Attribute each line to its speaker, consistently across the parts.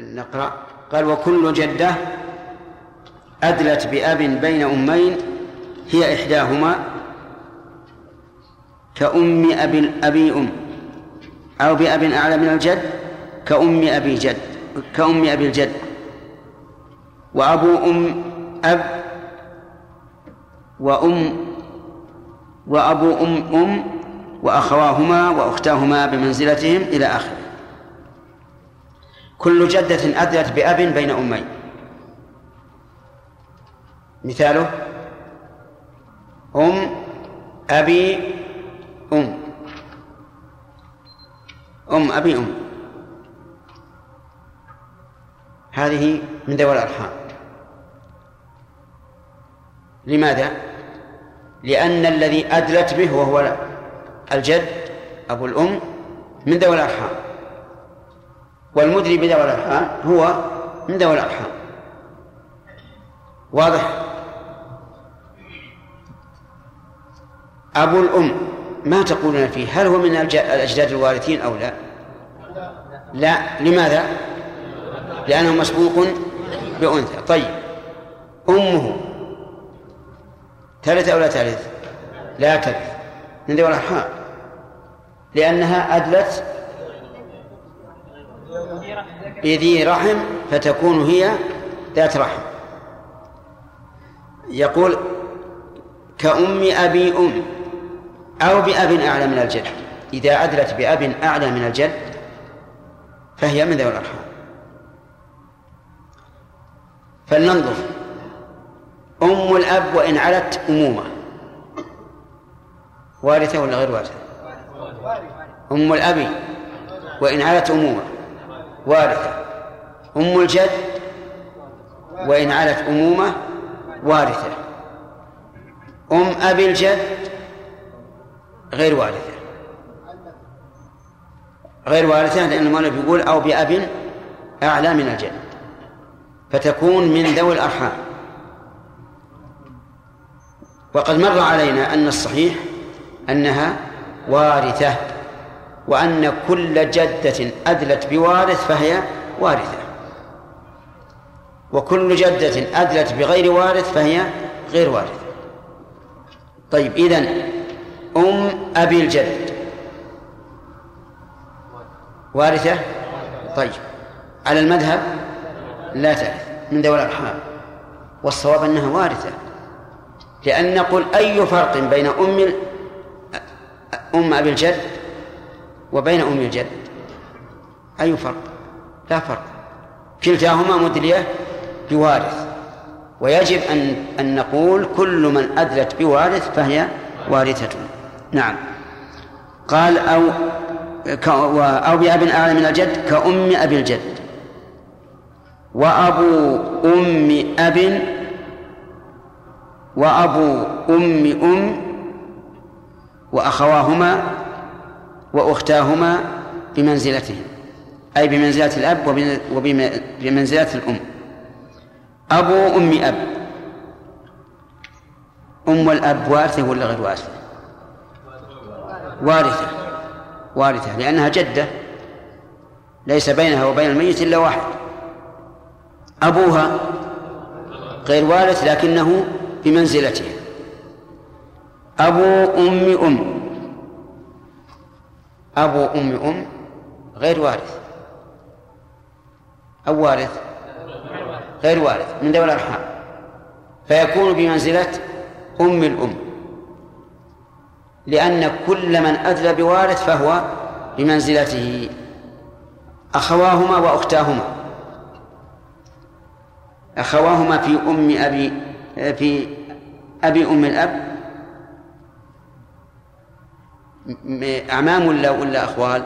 Speaker 1: نقرأ. قال: وكل جدة أدلت بأب بين أمين هي إحداهما كأم أبي أم، أو بأب أعلى من الجد كأم أبي الجد، وأبو أم أب، وأبو أم وأخواهما وأختاهما بمنزلتهم إلى آخره. كل جدة أدلت بأب بين أمين. مثاله: أم أبي أم أبي أم، هذه من ذوي الأرحام. لماذا؟ لأن الذي أدلت به وهو الجد أبو الأم من ذوي الأرحام، والمدري بذوي الأرحام هو من ذوي الأرحام. واضح؟ أبو الأم ما تقولون فيه؟ هل هو من الأجداد الوارثين أو لا؟ لا. لماذا؟ لأنه مسبوق بأنثى. طيب، أمه ترث أو لا ترث؟ لا ترث، من ذوي الأرحام، لأنها أدلت بذي رحم فتكون هي ذات رحم. يقول: كأم أبي أم أو بأب أعلى من الجد. إذا أدلت بأب أعلى من الجد فهي من ذوي الأرحام. فلننظر: أم الأب وإن علت أمومة وارثة ولا غير وارثة؟ أم الأب وإن علت أمومة وارثة. أم الجد وإن علت أمومة وارثة. أم أبي الجد غير وارثة، لأن المؤلف يقول: أو بأب أعلى من الجد، فتكون من ذوي الأرحام. وقد مر علينا أن الصحيح أنها وارثة، وأن كل جدة أدلت بوارث فهي وارثة، وكل جدة أدلت بغير وارث فهي غير وارثة. طيب، إذن أم أبي الجد وارثة؟ طيب، على المذهب لا ترث، من ذوي الأرحام، والصواب أنها وارثة. لأن نقول: أي فرق بين أم أبي الجد وبين أم الجد؟ أي فرق؟ لا فرق، كلتاهما مدلية بوارث، ويجب أن نقول: كل من أدلت بوارث فهي وارثة. نعم. قال: أو بأب أعلى من الجد كأم أبي الجد، وأبو أم وأخواهما وأختاهما بمنزلتهم، أي بمنزلة الأب وبمنزلة الأم. أبو أم أب، أم الأب وارثة ولا غير وارثة؟ وارثة، لأنها جدة ليس بينها وبين الميت إلا واحد. أبوها غير وارث لكنه بمنزلته. أبو أم غير وارث أو وارث؟ غير وارث، من ذوي الأرحام، فيكون بمنزلة أم الأم، لأن كل من أدلى بوارث فهو بمنزلته. أخواهما وأختاهما، أخواهما في أبي أم الأب أعمام ولا أخوال؟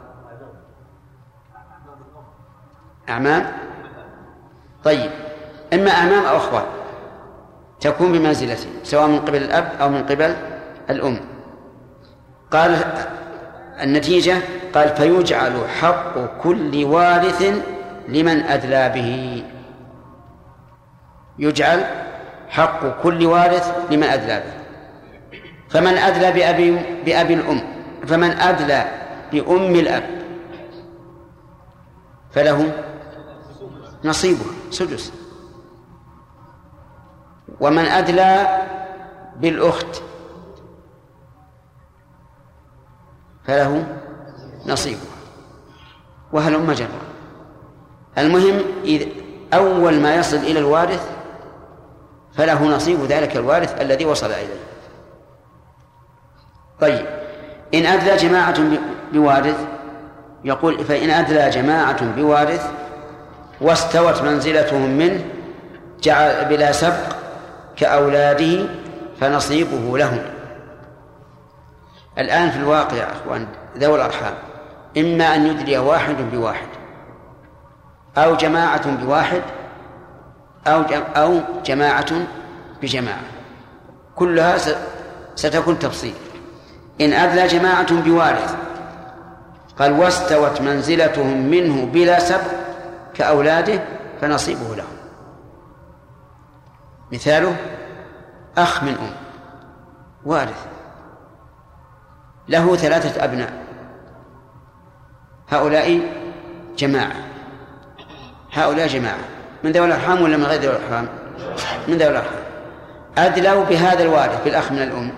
Speaker 1: أعمام. طيب، إما أعمام أو أخوال تكون بمنزلته، سواء من قبل الأب أو من قبل الأم. قال النتيجة: قال: فيجعل حق كل وارث لمن أدلى به. يجعل حق كل وارث لمن أدلى به. فمن أدلى بأبي الأم، فمن أدلى بأم الأب فله نصيبها سدس. ومن أدلى بالأخت فله نصيبها، وهلم جرا. المهم إذ أول ما يصل إلى الوارث فله نصيب ذلك الوارث الذي وصل إليه. طيب، إن أدلى جماعة بوارث، يقول فإن أدلى جماعة بوارث واستوت منزلتهم منه جعل بلا سبق كأولاده فنصيبه لهم. الآن في الواقع يا أخوان ذوي الأرحام إما أن يدلي واحد بواحد أو جماعة بواحد أو جماعة بجماعة، كلها ستكون تفصيل. إن أدلى جماعة بوارث قال واستوت منزلتهم منه بلا سبق كأولاده فنصيبه لهم. مثاله أخ من أم وارث له 3 أبناء، هؤلاء جماعة، هؤلاء جماعة من ذوي الأرحام ولا من غير ذوي الأرحام؟ من ذوي الأرحام. أدلوا بهذا الوارث بالأخ من الأم،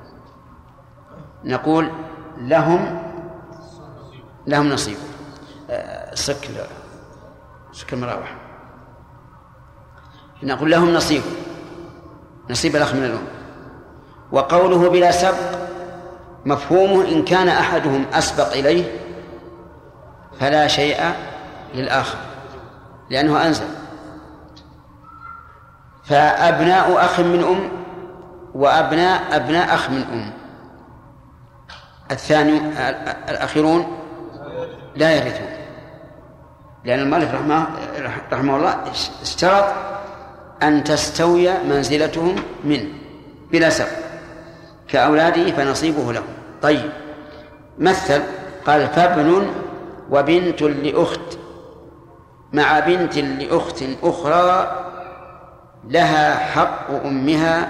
Speaker 1: نقول لهم نصيب. سك المراوح، نقول لهم نصيب الأخ من الأم. وقوله بلا سبق مفهومه إن كان أحدهم أسبق إليه فلا شيء للآخر لأنه أنزل. فأبناء أخ من أم وأبناء أبناء أخ من أم الأخيرون لا يرثون، لأن المؤلف رحمه الله اشترط أن تستوي منزلتهم منه بلا سبب كأولاده فنصيبه لهم. طيب، مثل قال فابن وبنت لأخت مع بنت لأخت أخرى لها حق أمها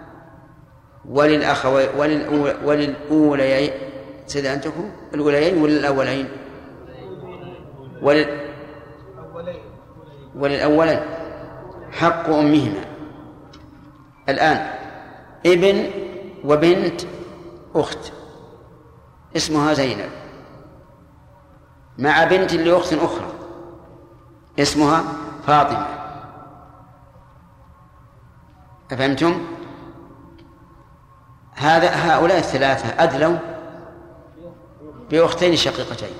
Speaker 1: وللأوليين سيد أنتكم الأوليين وللأولين وللأولين حق أمهما. الآن ابن وبنت أخت اسمها زينب مع بنت لأخت أخرى اسمها فاطمة، أفهمتم؟ هؤلاء الثلاثة أدلوا بأختين شقيقتين،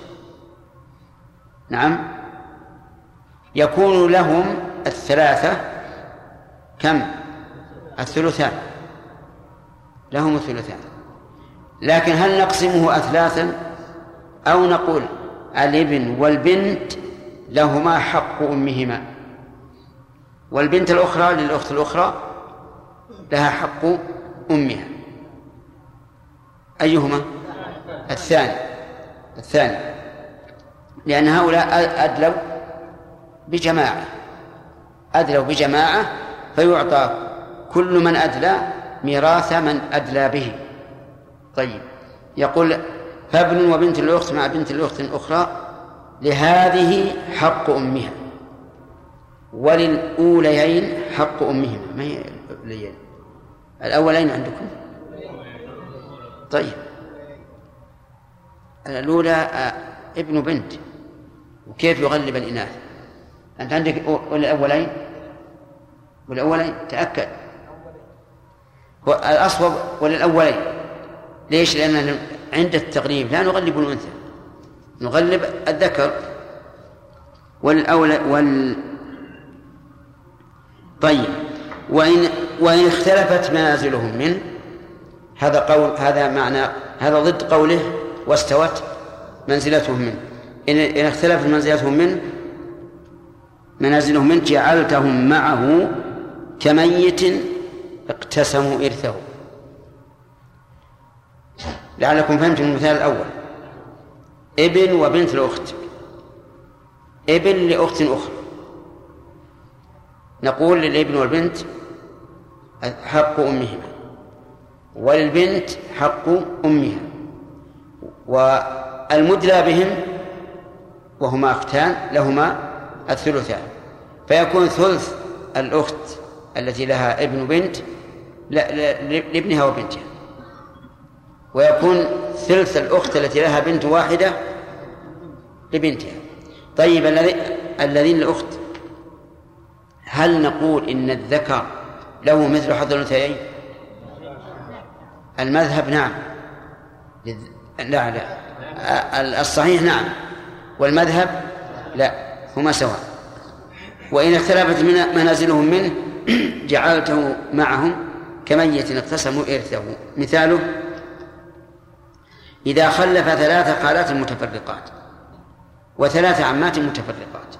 Speaker 1: نعم، يكون لهم الثلاثة كم؟ الثلثان، لهم الثلثان. لكن هل نقسمه أثلاثا أو نقول الابن والبنت لهما حق أمهما والبنت الأخرى للأخت الأخرى لها حق أمها؟ أيهما؟ الثاني، لأن هؤلاء أدلوا بجماعة فيعطى كل من أدلى ميراث من أدلى به. طيب، يقول فابن وبنت الأخت مع بنت الأخت الأخرى لهذه حق أمها وللأوليين حق أمهما. ما هي الأوليين؟ الأولين عندكم؟ طيب، الأولى ابن بنت، وكيف يغلب الإناث؟ أنت عندك والأولين تأكد الأصوب وللأولين. ليش؟ لأن عند التغليب لا نغلب الأنثى، نغلب الذكر طيب، وإن اختلفت منازلهم منه، هذا ضد قوله واستوت منزلتهم منه. إن اختلفت منازلهم منه جعلتهم معه كميت اقتسموا إرثه. لعلكم فهمتم المثال الأول، ابن وبنت الأخت، ابن لأخت أخرى، نقول للابن والبنت حق أمهما وللبنت حق أمها، والمدلى بهم وهما أختان لهما الثلثان. فيكون ثلث الأخت التي لها ابن بنت لابنها وبنتها، ويكون ثلث الأخت التي لها بنت واحدة لبنتها. طيب الذين الأخت، هل نقول إن الذكر له مثل حظ الأنثيين؟ المذهب نعم، لا الصحيح نعم، والمذهب لا، هما سواء. وإن اختلفت منازلهم منه جعلته معهم كميت اقتسموا إرثه. مثاله: إذا خلف 3 خالات متفرقات و3 عمات متفرقات.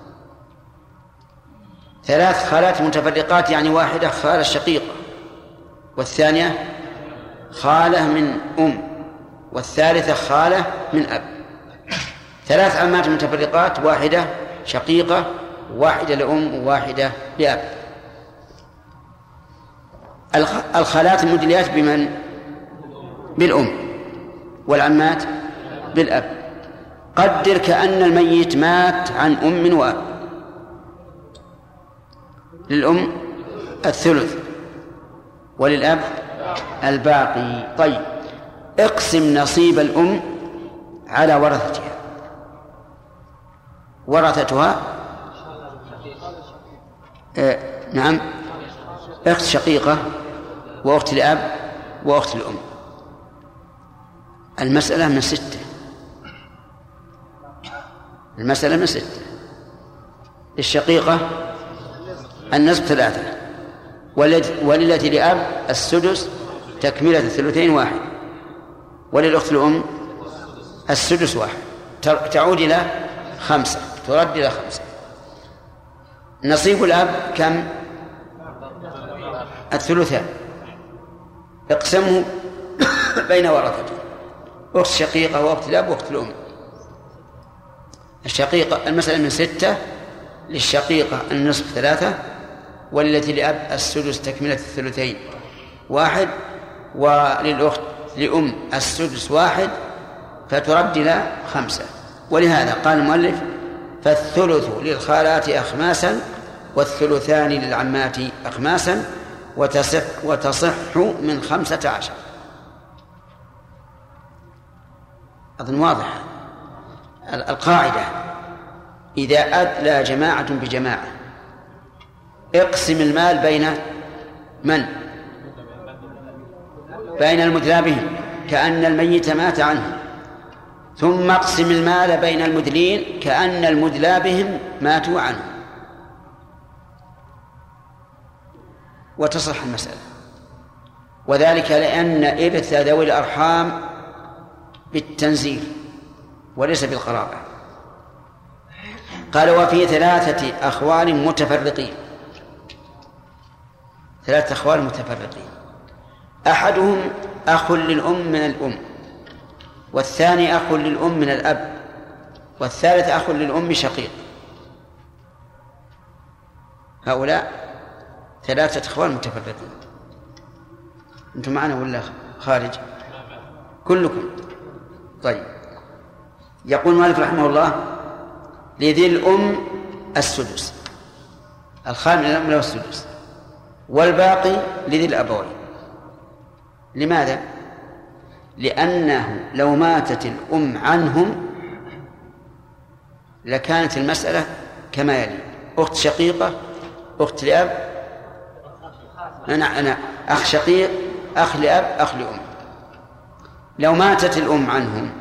Speaker 1: 3 خالات متفرقات يعني واحدة خالة شقيقة، والثانية خالة من والثالثة خالة من أب. 3 عمات متفرقات، واحدة شقيقة، واحدة لأم، وواحدة لأب. الخالات المدليات بمن؟ بالأم، والعمات بالأب. قدر كأن الميت مات عن أم وأب، للأم الثلث وللأب الباقي. طيب، اقسم نصيب الأم على ورثتها. ورثتها نعم، أخت شقيقة وأخت الأب وأخت الأم. المسألة من 6. المسألة من 6. للشقيقة النصف 3، وللتي لأب السدس تكملة الثلثين 1، وللأخت الأم السدس 1، تعود إلى 5، ترد إلى 5. نصيب الأب كم؟ الثلثان. اقسمه بين ورثته، أخت شقيقة وأخت الأب وأخت الأم. الشقيقة المسألة من 6. للشقيقة النصف 3، والتي لأب السدس تكملة الثلثين 1، وللأخت لأم السدس 1، فترد إلى 5. ولهذا قال المؤلف: فالثلث للخالات أخماسا، والثلثان للعمات أخماسا، وتصح من 15. أظن واضح القاعدة. إذا أدلى جماعة بجماعة اقسم المال بين من؟ بين المدلى بهم، كأن الميت مات عنه، ثم اقسم المال بين المدلين كأن المدلى بهم ماتوا عنه، وتصح المسألة. وذلك لأن إرث ذوي الأرحام بالتنزيل وليس بالقرابة. قال: وفي 3 أخوال متفرقين. 3 أخوال متفرقين، أحدهم أخ للأم من الأم، والثاني أخ للأم من الأب، والثالث أخ للأم شقيق. هؤلاء 3 أخوال متفرقين. أنتم معنا ولا خارج؟ كلكم. طيب، يقول مالك رحمه الله: لذي الأم السدس، الخال من الأم له السدس، والباقي لذي الأبوين. لماذا؟ لأنه لو ماتت الأم عنهم لكانت المسألة كما يلي: أخت شقيقة، أخت لأب، أنا أخ شقيق، أخ لأب، أخ لأم. لو ماتت الأم عنهم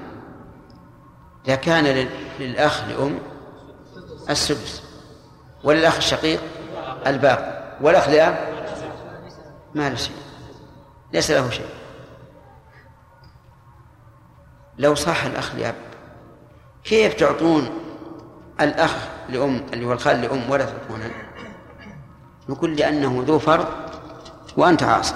Speaker 1: لكان للأخ لأم السدس، وللأخ الشقيق الباقي، والأخ لأب ما له شيء، ليس له شيء. لو صح الأخ لأب كيف تعطون الأخ لأم اللي هو الخال لأم ولا تعطونه؟ نقول لأنه ذو فرض وأنت عاصب.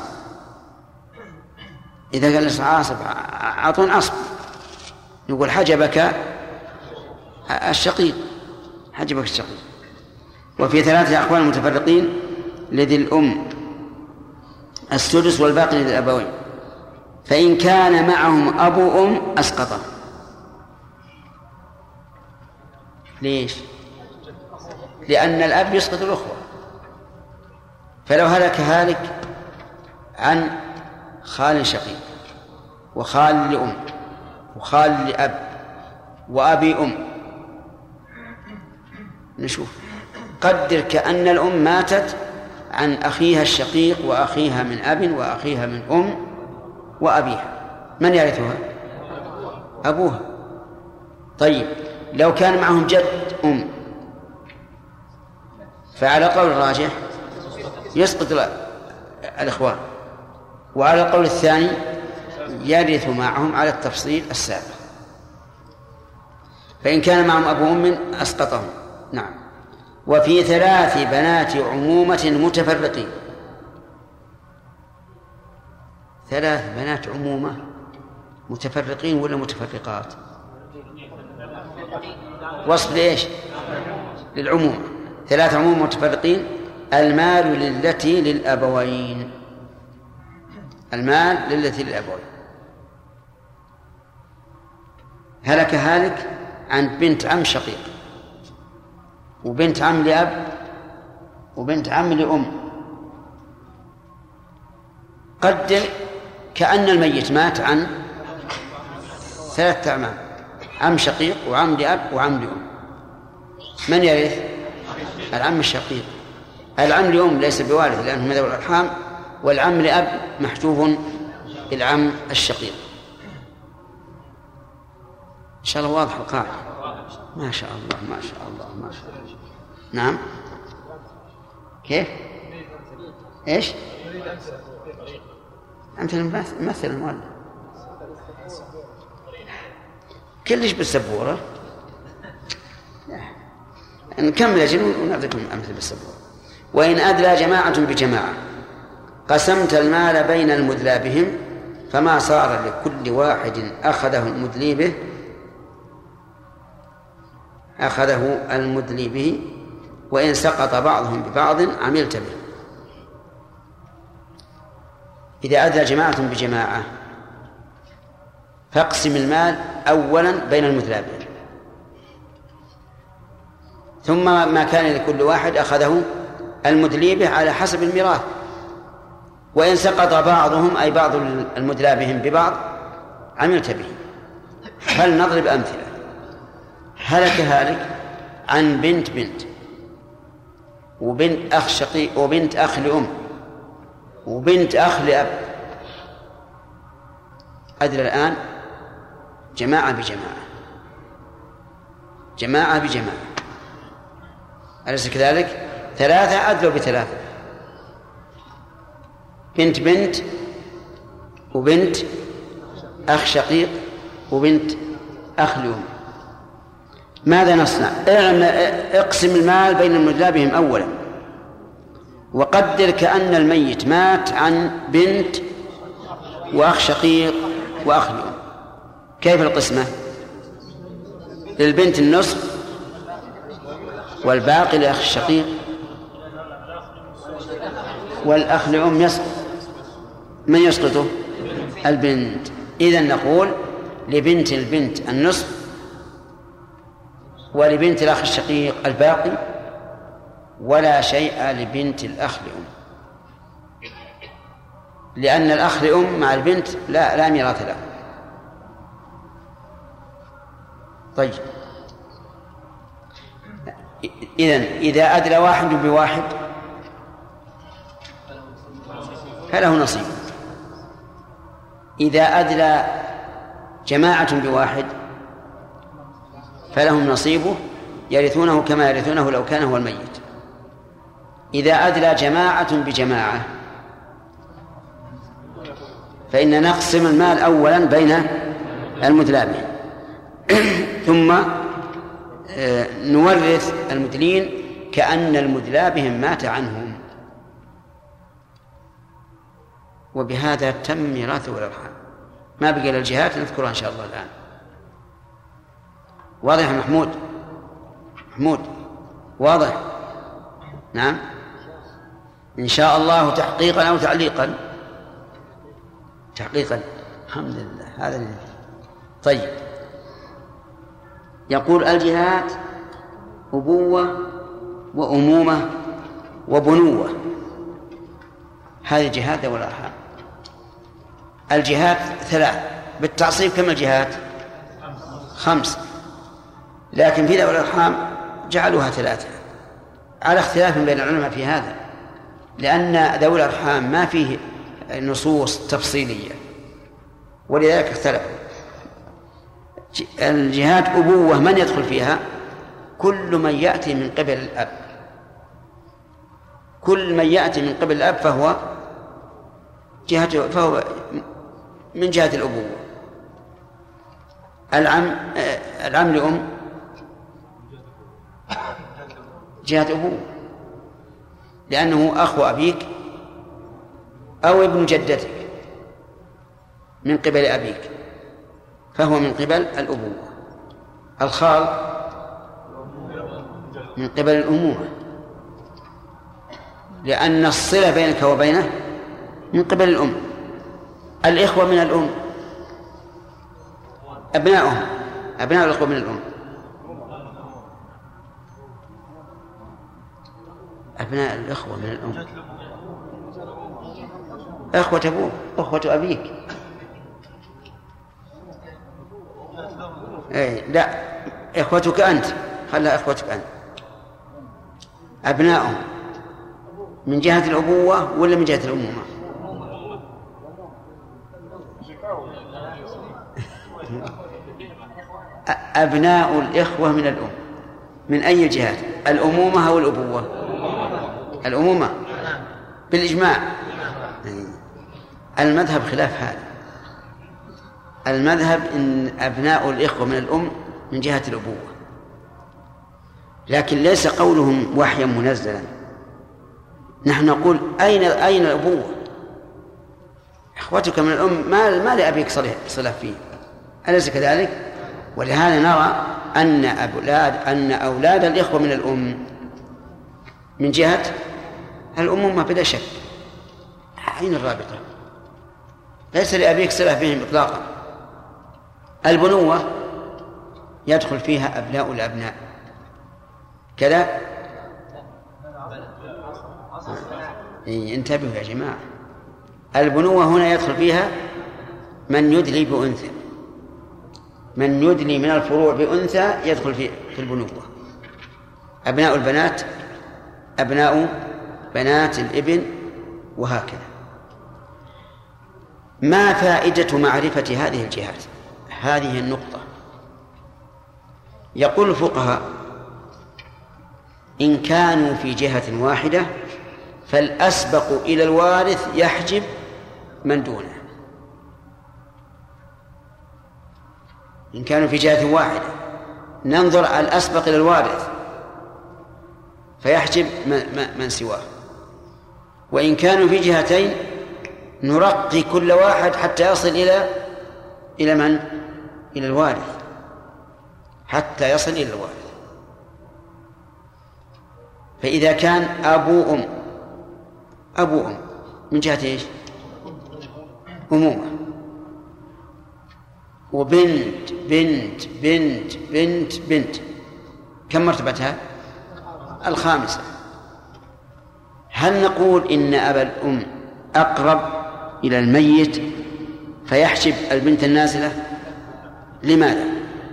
Speaker 1: إذا قال عاصب أعطون عصب، نقول حجبك الشقيق، حجبك الشقيق. وفي 3 أخوال متفرقين لذي الأم السدس، والباقي لذي الأبوين. فإن كان معهم أبو أم أسقطه. ليش؟ لأن الأب يسقط الأخوة. فلو هلك هالك عن خال شقيق وخال لأم وخال لأب وأبي أم، نشوف قدر كأن الأم ماتت عن أخيها الشقيق وأخيها من أب وأخيها من أم وأبيها، من يرثها؟ أبوها. طيب لو كان معهم جد أم فعلى قول الراجح يسقط الإخوان، وعلى القول الثاني يرث معهم على التفصيل السابق. فإن كان معهم أبو أم أسقطهم. نعم. وفي 3 بنات عمومة متفرقين. 3 بنات عمومة متفرقين ولا متفرقات؟ وصف ليش؟ للعمومة. 3 عمومة متفرقين. المال للتي للأبوين. المال للتي للأبوين. هلك هالك عن بنت عم شقيق وبنت عم لأب وبنت عم لأم. قدر كأن الميت مات عن 3 أعمام، عم شقيق وعم لأب وعم لأم. من يرث؟ العم الشقيق. العم لأم ليس بوارث لأنه من ذوي الأرحام، والعم لأب محجوب بالعم الشقيق. إن شاء الله واضح القاعدة. ما شاء الله ما شاء الله ما شاء الله. نعم. كيف؟ إيش؟ أنت مثل المؤلف كلش بالسبورة. نكمل أجل ونعطيكم أمثلة بالسبورة. وإن أدلى جماعة بجماعة قسمت المال بين المدلى بهم، فما صار لكل واحد أخذه المدلي به وإن سقط بعضهم ببعض عملت به. إذا أدلى جماعة بجماعة فاقسم المال أولا بين المدلى به، ثم ما كان لكل واحد أخذه المدلي به على حسب الميراث. وإن سقط بعضهم أي بعض المدلى بهم ببعض عملت به. هل نضرب أمثلة؟ هلك هالك عن بنت وبنت أخ شقيق وبنت أخ لأم وبنت أخ لأب. أدل الآن جماعة بجماعة أليس كذلك؟ 3 أدلوا ب3، بنت وبنت أخ شقيق وبنت أخ لأم. ماذا نصنع؟ اقسم المال بين المدلى بهم أولا، وقدر كأن الميت مات عن بنت وأخ شقيق وأخ لأم. كيف القسمة؟ للبنت النصف والباقي لأخ الشقيق، والأخ لأم يسقط. من يسقطه؟ البنت. إذن نقول لبنت البنت النصف ولبنت الأخ الشقيق الباقي، ولا شيء لبنت الأخ لأم، لأن الأخ لأم مع البنت لا ميراث له. طيب إذا أدلى واحد بواحد فله نصيب. إذا أدلى جماعة بواحد فلهم نصيبه، يرثونه كما يرثونه لو كان هو الميت. إذا أدلى جماعة بجماعة فإن نقسم المال أولا بين المدلى به ثم نورث المدلين كأن المدلى بهم مات عنهم، وبهذا تم ميراث الأرحام. ما بقي للجهات نذكرها إن شاء الله الآن. واضح يا محمود؟ واضح؟ نعم إن شاء الله. تحقيقا أو تعليقا؟ تحقيقا. الحمد لله. هذا اللي. طيب يقول الجهات أبوة وأمومة وبنوة، هذه جهات ذوي الأرحام. الجهات 3 بالتعصيب. كم الجهات؟ 5، لكن في ذوي الأرحام جعلوها 3 على اختلاف بين العلماء في هذا، لأن ذوي الأرحام ما فيه نصوص تفصيلية ولذلك اختلفوا. الجهات أبوة من يدخل فيها؟ كل من يأتي من قبل الأب، كل من يأتي من قبل الأب فهو من جهة الأبوة. العم لأم جهة أبوة، لأنه أخو أبيك أو ابن جدتك من قبل أبيك فهو من قبل الأبوة. الخال من قبل الأمومة، لأن الصلة بينك وبينه من قبل الأم. الإخوة من الأم أبناؤهم، أبناء الإخوة من الأم، أبناء الإخوة من الأم إخوة أبوك، إخوة أبيك. لا، إخوتك أنت، خلها إخوتك أنت. أبناؤهم من جهة الأبوة ولا من جهة الأمومة؟ أبناء الإخوة من الأم من أي جهات؟ الأمومة أو الأبوة؟ الأمومة بالإجماع. المذهب خلاف هذا، المذهب إن أبناء الإخوة من الأم من جهة الأبوة، لكن ليس قولهم وحيا منزلا. نحن نقول أين الأبوة؟ إخوتك من الأم ما لأبيك صلة فيه، أليس كذلك؟ ولهذا نرى أن أولاد الإخوة من الأم من جهة الأمومة بلا شك. أين الرابطة؟ ليس لأبيك صلة بهم إطلاقا. البنوة يدخل فيها أبناء الأبناء كذا. انتبهوا يا جماعة، البنوة هنا يدخل فيها من يدلي بأنثى، من يدلي من الفروع بأنثى يدخل في البنوة. أبناء البنات، أبناء بنات الابن، وهكذا. ما فائدة معرفة هذه الجهات؟ هذه النقطة. يقول الفقهاء إن كانوا في جهة واحدة فالأسبق إلى الوارث يحجب من دونه. إن كانوا في جهة واحدة ننظر على الأسبق إلى الوارث فيحجب من سواه، وإن كانوا في جهتين نرقي كل واحد حتى يصل إلى من؟ إلى الوارث، حتى يصل إلى الوارث. فإذا كان أبو أم من جهة إيش؟ أمومة، وبنت بنت بنت بنت بنت، كم مرتبتها؟ 5. هل نقول إن أبا الأم أقرب إلى الميت فيحجب البنت النازلة؟ لماذا؟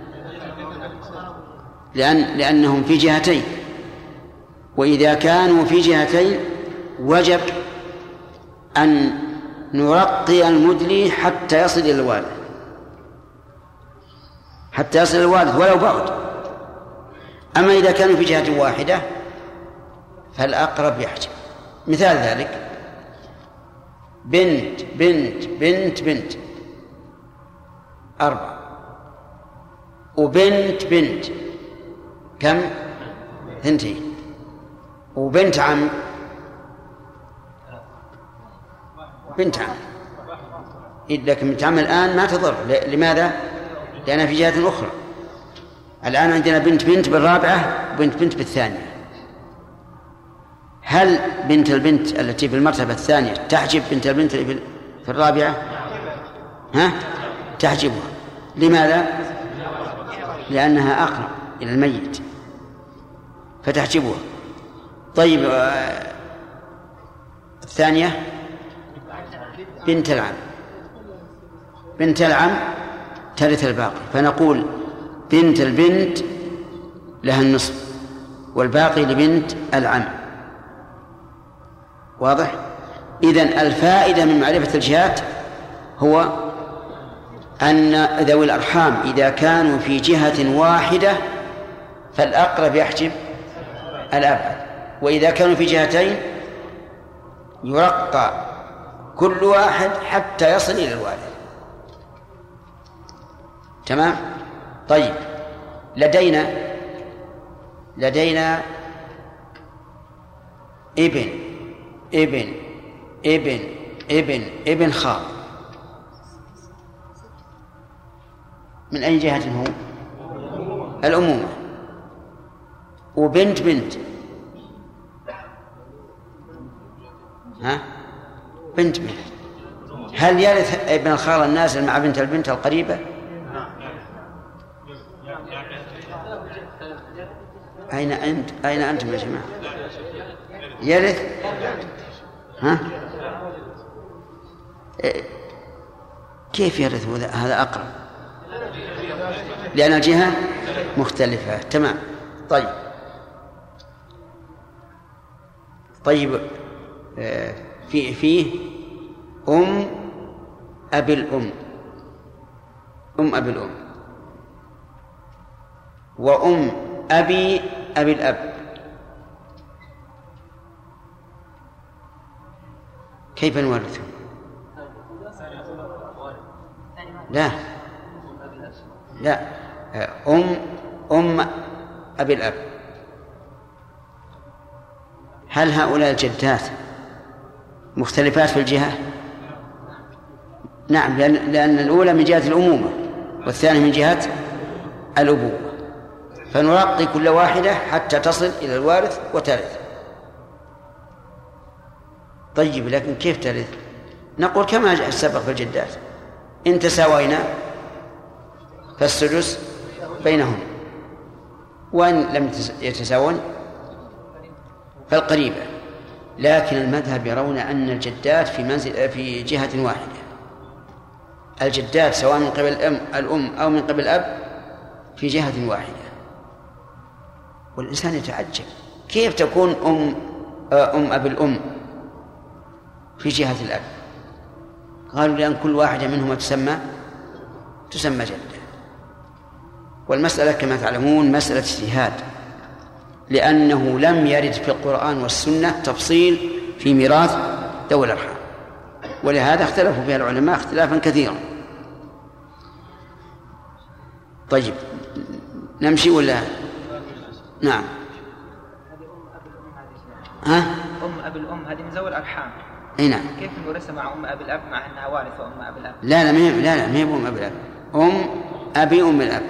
Speaker 1: لأنهم في جهتين، وإذا كانوا في جهتين وجب أن نرقي المدلي حتى يصل إلى الوارث، حتى يصل إلى الوارث ولو بعد. أما إذا كانوا في جهة واحدة فالأقرب يحجب. مثال ذلك بنت بنت بنت بنت 4، وبنت بنت كم؟ 2، وبنت عم بنت عم. لكن بنت عم الآن ما تضر. لماذا؟ لأنها في جهة أخرى. الآن عندنا بنت بنت بالرابعة وبنت بنت بالثانية. هل بنت البنت التي في المرتبة الثانية تحجب بنت البنت في الرابعة؟ تحجبها. لماذا؟ لأنها أقرب إلى الميت فتحجبها. طيب الثانية بنت العم. بنت العم ترث الباقي، فنقول بنت البنت لها النصف والباقي لبنت العم. واضح؟ إذن الفائدة من معرفة الجهات هو أن ذوي الأرحام إذا كانوا في جهة واحدة فالأقرب يحجب الأبعد، وإذا كانوا في جهتين يرقى كل واحد حتى يصل إلى الوارث. تمام؟ طيب لدينا ابن خال، من أي جهة هو؟ الأمومة. وبنت بنت هل يرث ابن الخال النازل مع بنت البنت القريبة؟ أين أنتم يا جماعة؟ يرث كيف يرث هذا أقرب؟ لأن الجهة مختلفة. تمام. طيب فيه أم أبي الأم وأم أبي الأب، كيف نورثهم؟ لا أم أبي الأب. هل هؤلاء الجدات مختلفات في الجهة؟ نعم، لأن الأولى من جهة الأمومة والثانية من جهة الأبوة، فنرقي كل واحدة حتى تصل إلى الوارث وترث. طيب لكن كيف ترث؟ نقول كما سبق في الجدات، إن تساوينا فالسدس بينهم، وإن لم يتساوون فالقريبة. لكن المذهب يرون أن الجدات في جهة واحدة، الجدات سواء من قبل الأم أو من قبل الأب في جهة واحدة. والإنسان يتعجب كيف تكون أم أبي الأم في جهة الأب؟ قالوا لأن كل واحدة منهما تسمى جدة. والمسألة كما تعلمون مسألة اجتهاد، لأنه لم يرد في القرآن والسنة تفصيل في ميراث ذوي الأرحام، ولهذا اختلفوا فيها العلماء اختلافا كثيرا. طيب نمشي ولا؟ نعم.
Speaker 2: أم أبي الأم هذه من ذوي الأرحام.
Speaker 1: نعم.
Speaker 2: كيف نورثها مع أم أبي الأب مع أنها وارثة أم أبي الأب؟
Speaker 1: لا ما هي أم أبي الأب، أم أبي أم الأب.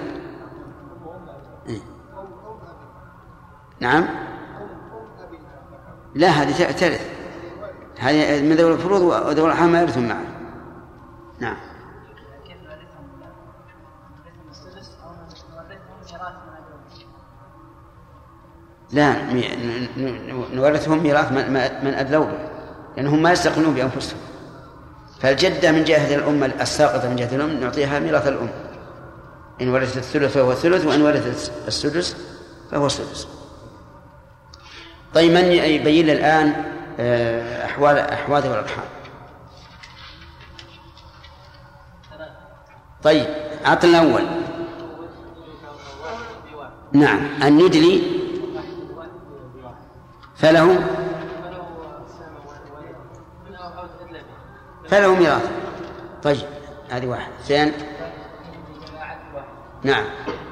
Speaker 1: نعم. لا هذه ترث، هذه من ذوي الفروض وذوي الأرحام ما يرثون معه. نعم. لا نورثهم ميراث من أدلوا به، لأنهم ما يستقلون بأنفسهم. فالجدة من جهة الأم الساقطة من جهة الأم نعطيها ميراث الأم، إن ورثت الثلث فهو الثلث، وإن ورثت السدس فهو السدس. طيب من يبين الآن أحوال ذوي الأرحام؟ طيب عطنا الأول. نعم. الندلي فله ميراث. طيب هذه واحد. اثنين. نعم.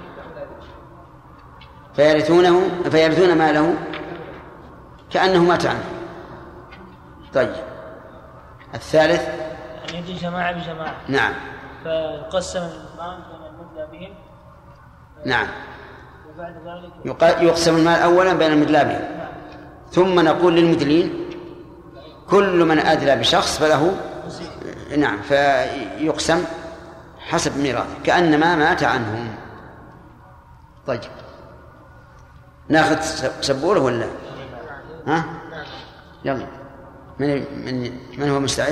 Speaker 1: فيرثون ماله كأنه مات عنه. طيب الثالث
Speaker 3: أن يجي جماعة بجماعة.
Speaker 1: نعم.
Speaker 3: فيقسم المال بين المدلى بهم.
Speaker 1: نعم.
Speaker 3: وبعد ذلك
Speaker 1: يقسم المال أولا بين المدلى بهم. ثم نقول للمدلين كل من أدلى بشخص فله. نعم. فيقسم حسب ميراثه كأنما مات عنهم. طيب ناخذ سبوره ولا ها؟ يلا، من هو مستعد؟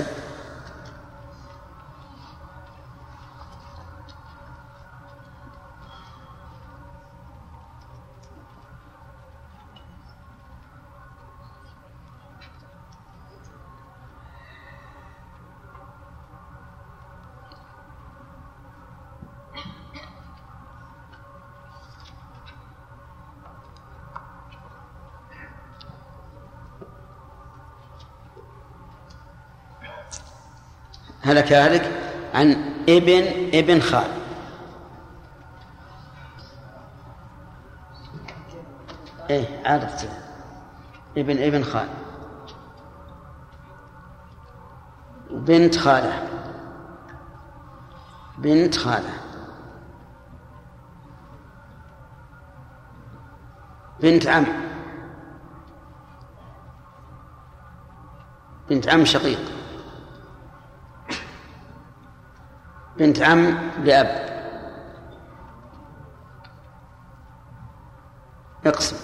Speaker 1: هلك عن ابن خال. عرفت ابن خال وبنت خالة بنت خالة بنت عم بنت عم شقيق بنت عم لأب. اقسم.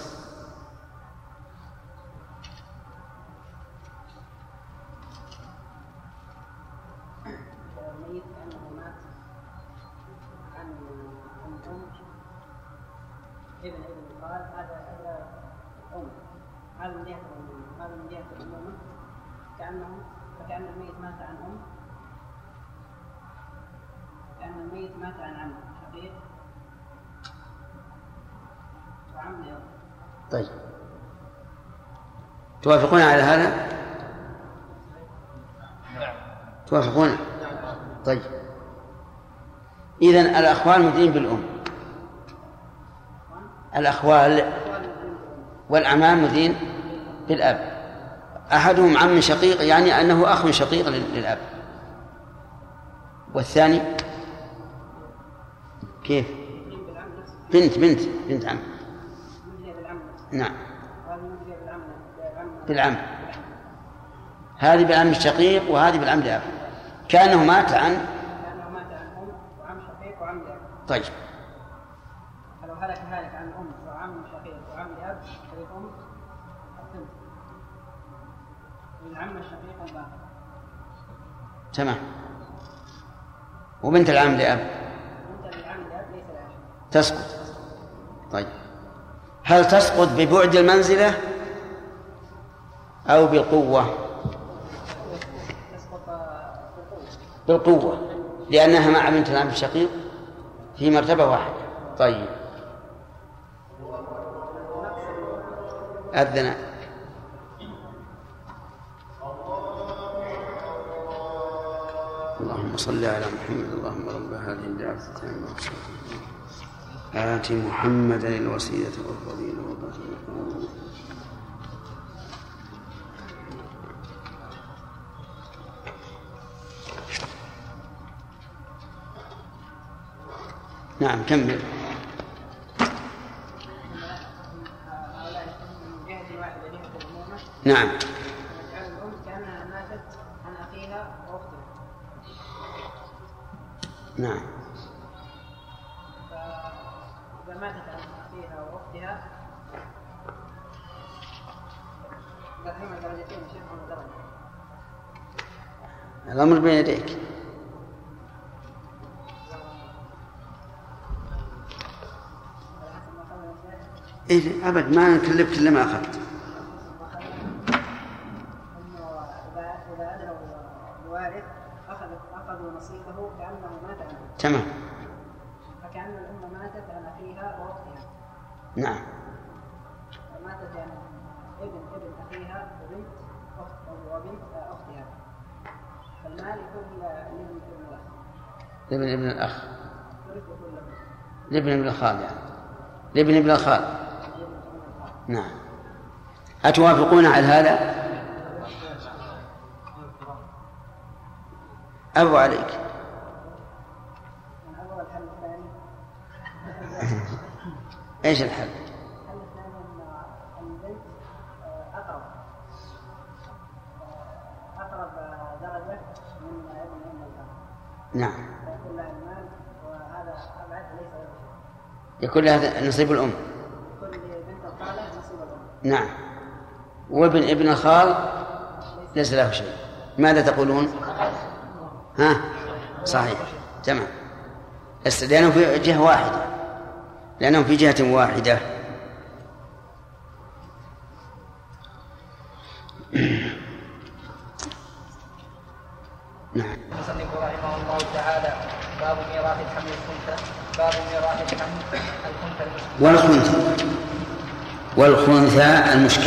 Speaker 4: فكأن الميت مات عن أم، كأن الميت مات عن عم شقيق وعم لأب.
Speaker 1: طيب، توافقون على هذا؟ توافقون؟ طيب، إذن الأخوال مدين بالأم، الأخوال والأعمام مدين بالأب. أحدهم عم شقيق يعني أنه أخ شقيق للأب، والثاني كيف؟ بنت عم. نعم، بالعم. هذه بالعم الشقيق وهذه بالعم لأب، كأنه مات عن
Speaker 4: أم وعم شقيق وعم لأب.
Speaker 1: طيب،
Speaker 4: فلو هلك عن أم وعم شقيق وعم لأب فيكون الثلث والعم الشقيق الباقي.
Speaker 1: تمام. وبنت العم لأب تسقط. طيب، هل تسقط ببعد المنزلة أو بالقوة؟ بالقوة، لأنها مع بنت العم الشقيق في مرتبة واحدة. طيب، أذن. اللهم صل على محمد. اللهم رب هذه الدعوة التامة آت محمدا الوسيلة والفضيلة والفضيلة. نعم، كمل. نعم، نعم.
Speaker 4: فإذا ماتت عن أخيها وأختها لهما درجتين شبه درجة.
Speaker 1: الأمر بين يديك. إيه أبد ما نكلفك إلا ما أخذت.
Speaker 4: إذا أدروا الوارث أخذوا نصيبه كأنه مات عنه.
Speaker 1: تمام.
Speaker 4: فكأن الأم ماتت عن أخيها وأختها.
Speaker 1: نعم.
Speaker 4: ماتت عن ابن أخيها وبنت أختها. فالمال يكون
Speaker 1: لابن الأخ. لابن الخال يعني. لابن الخال. نعم. أتوافقون على هذا؟ أبو عليك. إيش الحل؟
Speaker 4: الحل الثاني أن البنت أقرب درجة من ابن الأخ.
Speaker 1: نعم.
Speaker 4: يكون لها المال وهذا أبعد ليس له شيء.
Speaker 1: يكون لها نصيب الأم.
Speaker 4: يكون لبنت الخالة نصيب الأم.
Speaker 1: نعم. وابن ابن الخال ليس له شيء. ماذا تقولون؟ ها صحيح تمام، لأنهم في جهة واحدة، لأنهم في جهة واحدة. نعم.
Speaker 5: المصنف رحمه الله تعالى باب ميراث الحمل الخنثى. باب ميراث الحمل الخنثى المشكل.
Speaker 1: والخنثى المشكل.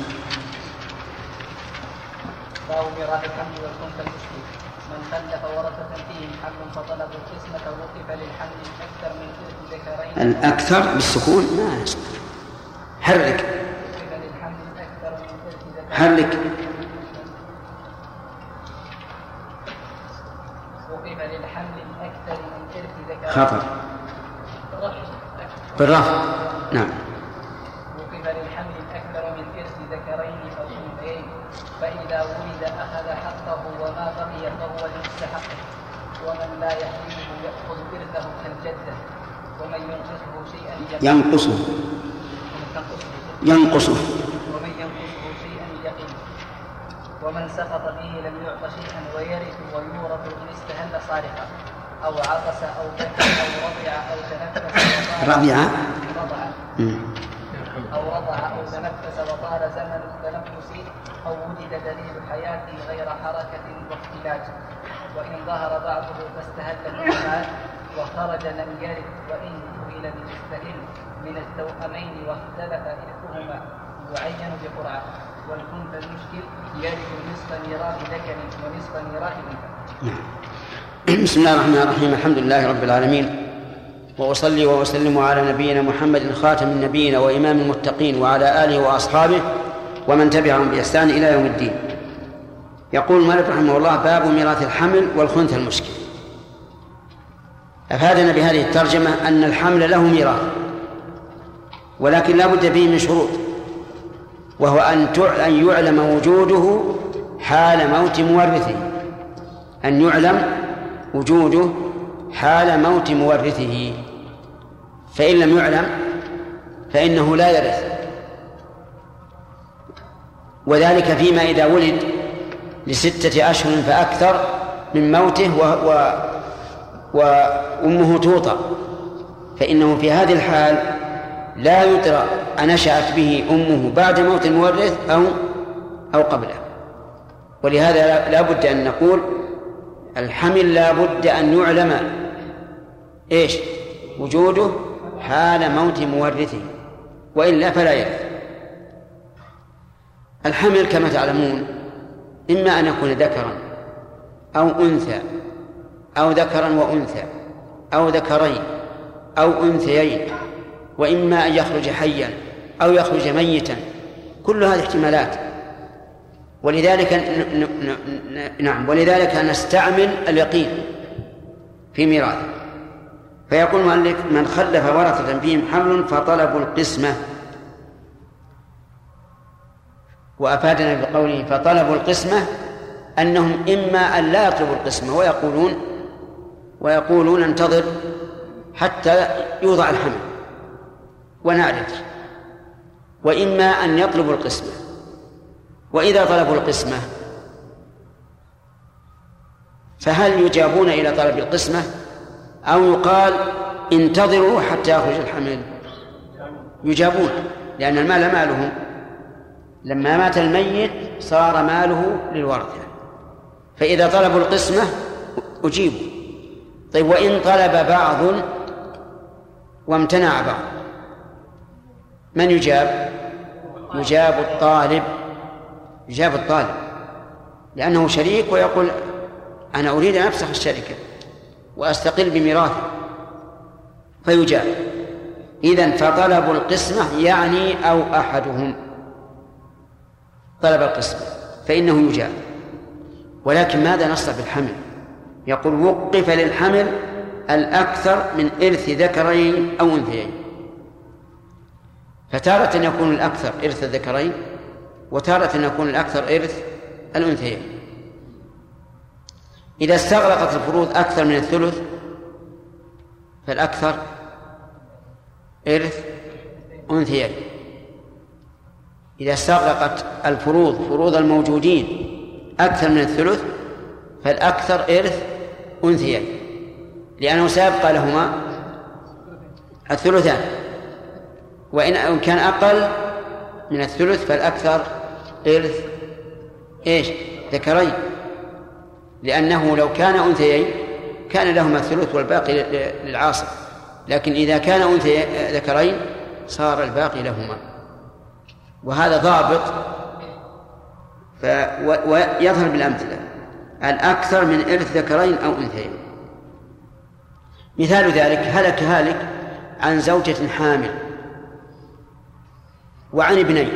Speaker 5: باب ميراث الحمل والخنثى المشكل. من خلف ورثة فيهم حمل فطلب القسمة وقف للحمل الأكثر من ثلث ذكرين.
Speaker 1: الأكثر بالسكون ما يصح. حرك.
Speaker 5: وقف للحمل الأكثر من ثلث ذكرين.
Speaker 1: حرك.
Speaker 5: وقف للحمل الأكثر من ثلث ذكرين.
Speaker 1: خطأ. بالرفع. نعم.
Speaker 5: وقف للحمل الأكثر من ثلث ذكرين أو أنثيين، فإذا ولد أخذ حقه وما بقي فهو للمستحق، ومن لا يحمله يأخذ إرثه كالجدة، ومن ينقصه شيئا
Speaker 1: ينقصه
Speaker 5: ومن ينقصه شيئا يقين، ومن سقط فيه لم يعط شيئا ويرث ويورث إن استهل صارخا أو عطس أو بكى أو رضع أو تنفس أو تنفس وطال زمن التنفس أو وجد دليل حياته غير حركة واختلاج، وإن ظهر بعضه فاستهل الكمال وخرج لم يرث، وإن سئل بالمستهل من التوأمين واختلف إرثهما يعين بقرعة. والخنثى المشكل يرث نصف ميراث ذكر ونصف ميراث أنثى.
Speaker 1: بسم الله الرحمن الرحيم. الحمد لله رب العالمين، وأصلي وأسلم على نبينا محمد خاتم النبيين وإمام المتقين وعلى آله وأصحابه ومن تبعهم بإحسان إلى يوم الدين. يقول المؤلف رحمه الله باب ميراث الحمل والخنثى المشكل. أفادنا بهذه الترجمة أن الحمل له ميراث، ولكن لا بد فيه من شروط، وهو أن يعلم وجوده حال موت مورثه، أن يعلم وجوده حال موت مورثه، فإن لم يعلم فإنه لا يرث. وذلك فيما إذا ولد ل6 أشهر فأكثر من موته وأمه توطأ، فإنه في هذه الحال لا يدرى أنشأت به أمه بعد موت المورث أو قبله. ولهذا لا بد أن نقول الحمل لا بد أن يعلم وجوده حال موت مورثه، وإلا فلا يرث. الحمل كما تعلمون إما أن يكون ذكرا أو أنثى، أو ذكرا وأنثى، أو ذكرين أو أنثيين، وإما أن يخرج حيا أو يخرج ميتا، كل هذه احتمالات. ولذلك نستعمل اليقين في ميراثه. فيقول المؤلف من خلف ورثة فيهم حمل فطلبوا القسمة، وأفادنا بقوله فطلبوا القسمة أنهم إما أن لا يطلبوا القسمة ويقولون انتظر حتى يوضع الحمل ونعرف، وإما أن يطلبوا القسمة. وإذا طلبوا القسمة فهل يجابون إلى طلب القسمة أو يقال انتظروا حتى يخرج الحمل؟ يجابون، لأن المال مالهم، لما مات الميت صار ماله للورثة، فإذا طلبوا القسمة أجيبوا. طيب وإن طلب بعض وامتنع بعض من يجاب؟ يجاب الطالب لأنه شريك ويقول أنا أريد أن أفسخ الشركة وأستقل بميراثي، فيجاب. إذن فطلب القسمة يعني أو أحدهم طلب القسمة فإنه يجاب. ولكن ماذا نصنع بالحمل؟ يقول وقف للحمل الأكثر من إرث ذكرين أو أنثيين، فتارة يكون الأكثر إرث الذكرين وتارة يكون الأكثر إرث الأنثيين. إذا استغرقت الفروض أكثر من الثلث فالأكثر إرث أنثيين، إذا استغرقت فروض الموجودين أكثر من الثلث فالأكثر إرث أنثيين، لأنه سيبقى لهما الثلثان، وإن كان أقل من الثلث فالأكثر إرث ذكرين، لأنه لو كان أنثيين كان لهما الثلث والباقي للعاصب، لكن إذا كان أنثى ذكرين صار الباقي لهما. وهذا ضابط ويظهر بالأمثلة الأكثر من إرث ذكرين أو أنثيين. مثال ذلك هلك هالك عن زوجة حامل وعن ابنين،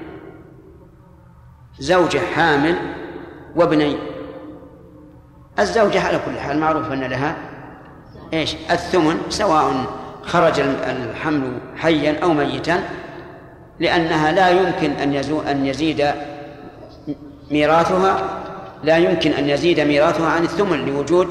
Speaker 1: زوجة حامل وابنين. الزوجة على كل حال معروف أن لها الثمن سواء خرج الحمل حيا أو ميتا، لأنها لا يمكن أن يزيد ميراثها عن الثمن لوجود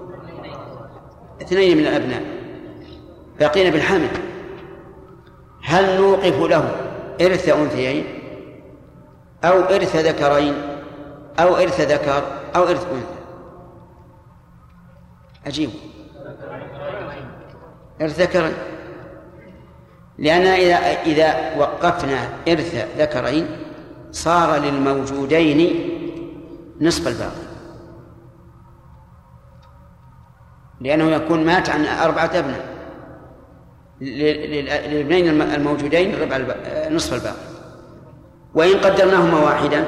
Speaker 1: 2 من الأبناء باقين بالحمل. هل نوقف له إرث أنثيين أو إرث ذكرين أو إرث ذكر أو إرث أنثى؟ أجيب إرث ذكرين، لأننا إذا وقفنا إرث ذكرين صار للموجودين نصف الباقي، لأنه يكون مات عن 4 أبناء، للابنين الموجودين نصف الباقي. وإن قدرناهما واحدا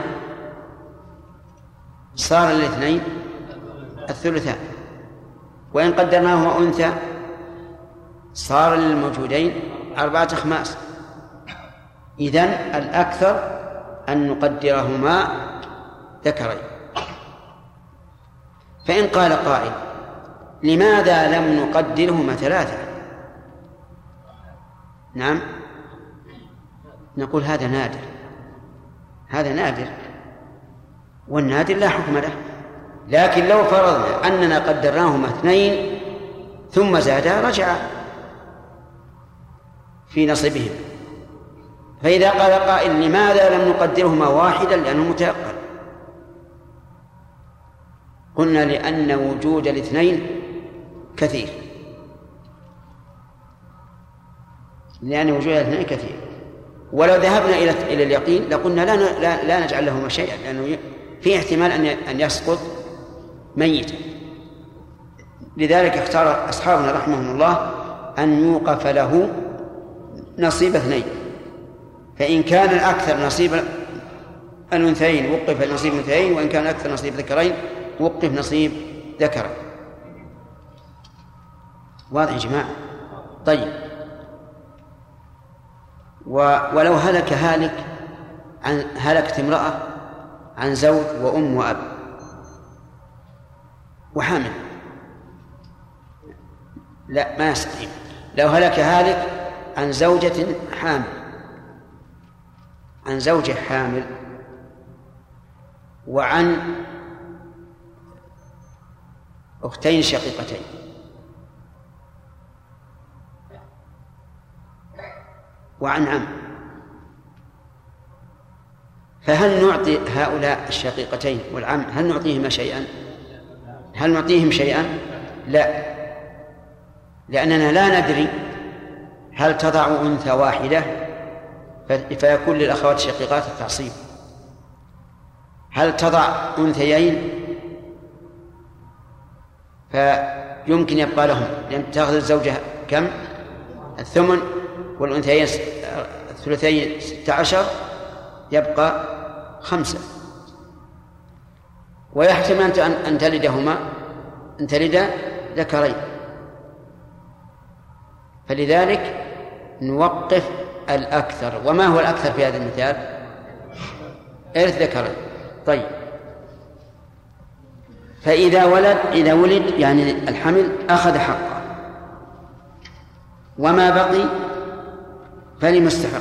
Speaker 1: صار للاثنين الثلثان، وإن قدرناهما أنثى صار للموجودين 4/5. إذن الأكثر أن نقدرهما ذكرين. فإن قال قائل لماذا لم نقدرهما 3؟ نعم، نقول هذا نادر، والنادر لا حكم له. لكن لو فرضنا أننا قدرناهما 2 ثم زادا رجع في نصيبهم. فإذا قال قائل لماذا لم نقدرهما 1 لأنه متيقن، قلنا لأن وجود 2 كثير، ولو ذهبنا إلى اليقين لقلنا لا نجعل لهما شيئا، لأنه في احتمال أن يسقط ميتا. لذلك اختار أصحابنا رحمهم الله أن يوقف له نصيب 2، فإن كان الأكثر نصيب الأنثيين وقف نصيب الأنثيين، وإن كان أكثر نصيب ذكرين وقف نصيب ذكرين. واضح يا جماعة؟ طيب، ولو هلكت امرأة عن زوج وأم وأب وحامل، لا ما يستقيم. لو هالك عن زوجة حامل، عن زوجة حامل وعن أختين شقيقتين، وعن عم، فهل نعطي هؤلاء الشقيقتين والعم هل نعطيهم شيئا؟ لا، لأننا لا ندري هل تضع أنثى واحدة فيكون للأخوات الشقيقات التعصيب، هل تضع أنثيين فيمكن يبقى لهم، لأن تأخذ الزوجة كم؟ 8، والأنثيين 2 16 يبقى 5. ويحتمل أن تلد ذكرين، فلذلك نوقف الأكثر. وما هو الأكثر في هذا المثال؟ إرث ذكرين. طيب، فإذا ولد يعني الحمل أخذ حقه، وما بقي فلمستحق،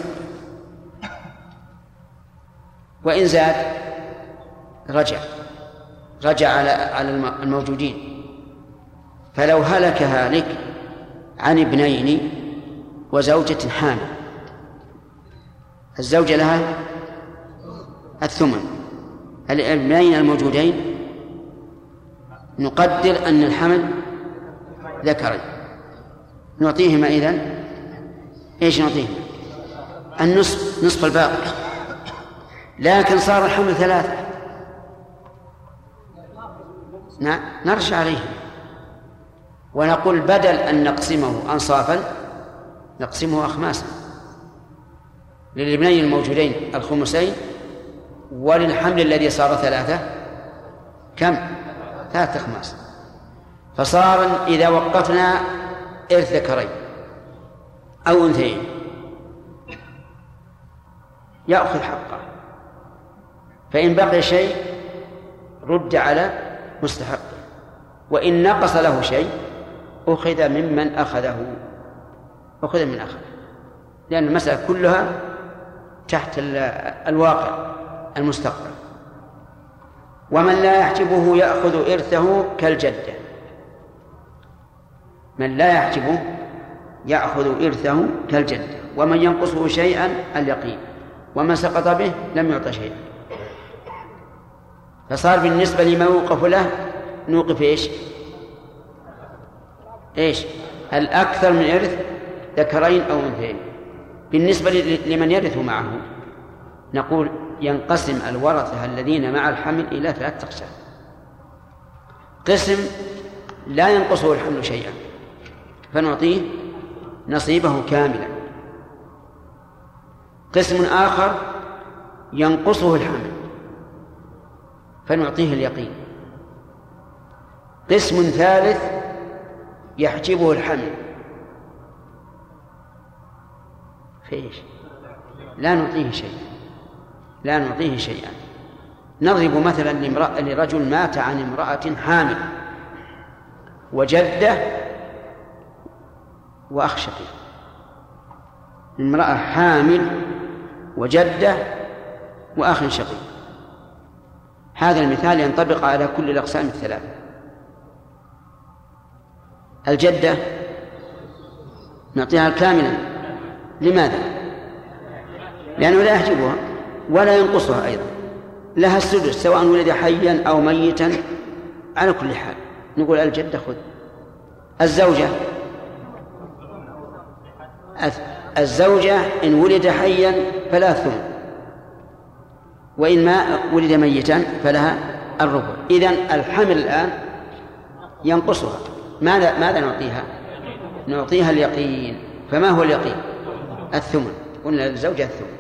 Speaker 1: وإن زاد رجع على الموجودين. فلو هلك هالك عن ابنين وزوجة حامل، الزوجة لها الثمن. الابنين الموجودين نقدر أن الحمل ذكرين، نعطيهما إذن إيش نعطيهما؟ النصف، نصف الباقي. لكن صار الحمل 3 نرجع عليهم ونقول بدل أن نقسمه أنصافا نقسمه أخماسا، للابنين الموجودين الخمسين، وللحمل الذي صار 3 كم؟ 3 أخماس. فصار إذا وقفنا إرث ذكرين أو أنثيين يأخذ حقه، فإن بقي شيء رد على مستحقه، وإن نقص له شيء أخذ ممن أخذه، لأن المسألة كلها تحت الواقع المستقبل. ومن لا يحجبه يأخذ إرثه كالجدة، من لا يحجبه يأخذ إرثه كالجدة، ومن ينقصه شيئا اليقين، ومن سقط به لم يعطى شيئا. فصار بالنسبة لما يوقف له نوقف إيش الأكثر من إرث ذكرين أو أنثيين. بالنسبة لمن يرث معه نقول ينقسم الورثة الذين مع الحمل إلى 3 أقسام. قسم لا ينقصه الحمل شيئا فنعطيه نصيبه كاملا. قسم آخر ينقصه الحمل فنعطيه اليقين. قسم ثالث يحجبه الحمل فإيش؟ لا نعطيه شيئا. نضرب مثلا لرجل مات عن امرأة حامل وجدة وأخ شقيق. امرأة حامل وجدة وأخ شقيق، هذا المثال ينطبق على كل الأقسام 3. الجدة نعطيها كاملا. لماذا؟ لأنه لا يحجبها ولا ينقصها أيضا، لها السدس سواء ولد حيا أو ميتا، على كل حال نقول الجدة خذ. الزوجة إن ولد حيا فلا ثمن، وإن ما ولد ميتا فلها الربع. إذن الحمل الآن ينقصها، ماذا نعطيها؟ نعطيها اليقين. فما هو اليقين؟ الثمن، قلنا للزوجة الثمن.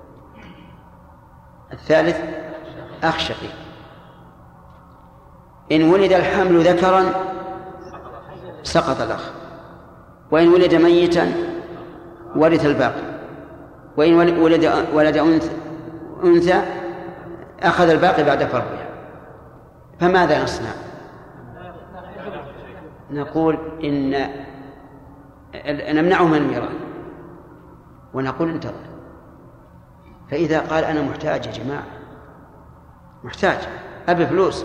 Speaker 1: الثالث أخ شقيق، إن ولد الحمل ذكرا سقط الأخ، وإن ولد ميتا ورث الباقي، وإن ولد أنثى أخذ الباقي بعد فرضها. فماذا نصنع؟ نقول إن نمنعه من الميراث ونقول انتظر. فإذا قال أنا محتاج يا جماعة، محتاج أبي فلوس،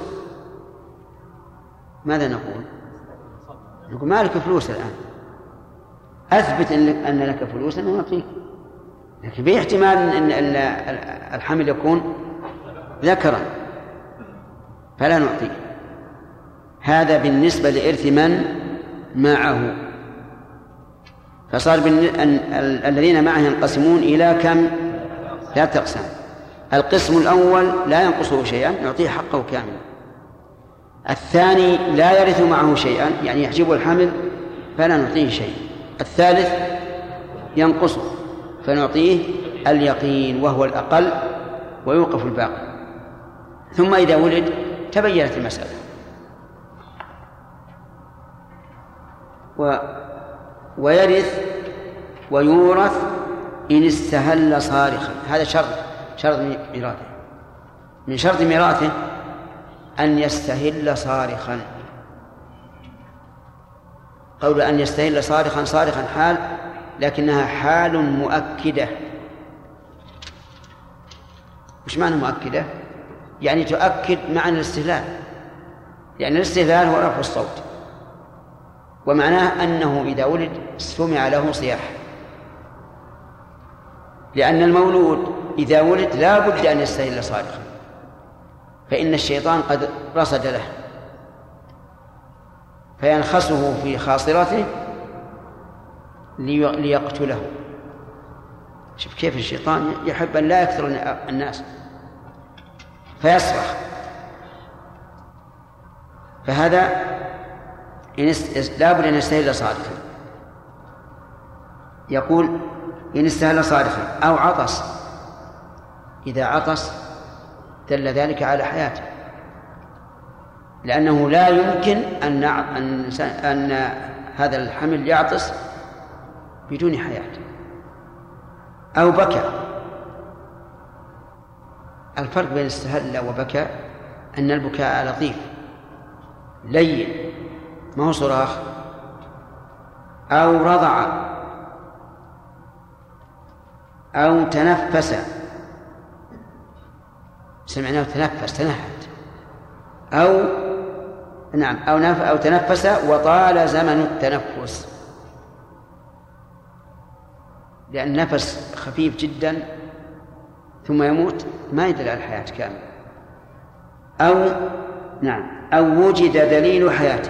Speaker 1: ماذا نقول؟ نقول ما لك فلوس الآن، أثبت أن لك فلوس أنه نعطيك، لكن في احتمال أن الحمل يكون ذكرا فلا نعطيه. هذا بالنسبة لإرث من معه. فصار الذين معه ينقسمون إلى كم؟ 3 أقسام. القسم الأول لا ينقصه شيئا نعطيه حقه كاملا. الثاني لا يرث معه شيئا يعني يحجبه الحمل فلا نعطيه شيء. الثالث ينقصه فنعطيه اليقين وهو الأقل ويوقف الباقي. ثم إذا ولد تبينت المسألة. ويرث ويورث إن استهل صارخا. هذا شرط ميراثه. من شرط ميراثه أن يستهل صارخا. قول أن يستهل صارخا حال، لكنها حال مؤكدة. وش معنى مؤكدة؟ يعني تؤكد معنى الاستهلال، لأن الاستهلال هو رفع الصوت، ومعناه أنه إذا ولد سمع له صياح، لأن المولود إذا ولد لا بد أن يستهل صارخا، فإن الشيطان قد رصد له فينخسه في خاصرته ليقتله. شوف كيف الشيطان يحب أن لا يكثر الناس فيصرخ. فهذا لا بد أن يستهل صارخا. يقول إن استهل صارخا أو عطس، إذا عطس دل ذلك على حياته، لأنه لا يمكن أن هذا الحمل يعطس بدون حياة. أو بكى. الفرق بين استهل وبكى أن البكاء لطيف لين ما هو صراخ. أو رضع أو تنفس، سمعناه تنفس تنهد، أو تنفس وطال زمن التنفس، لأن النفس خفيف جدا ثم يموت ما يدل على الحياة كاملة. أو وجد دليل حياته،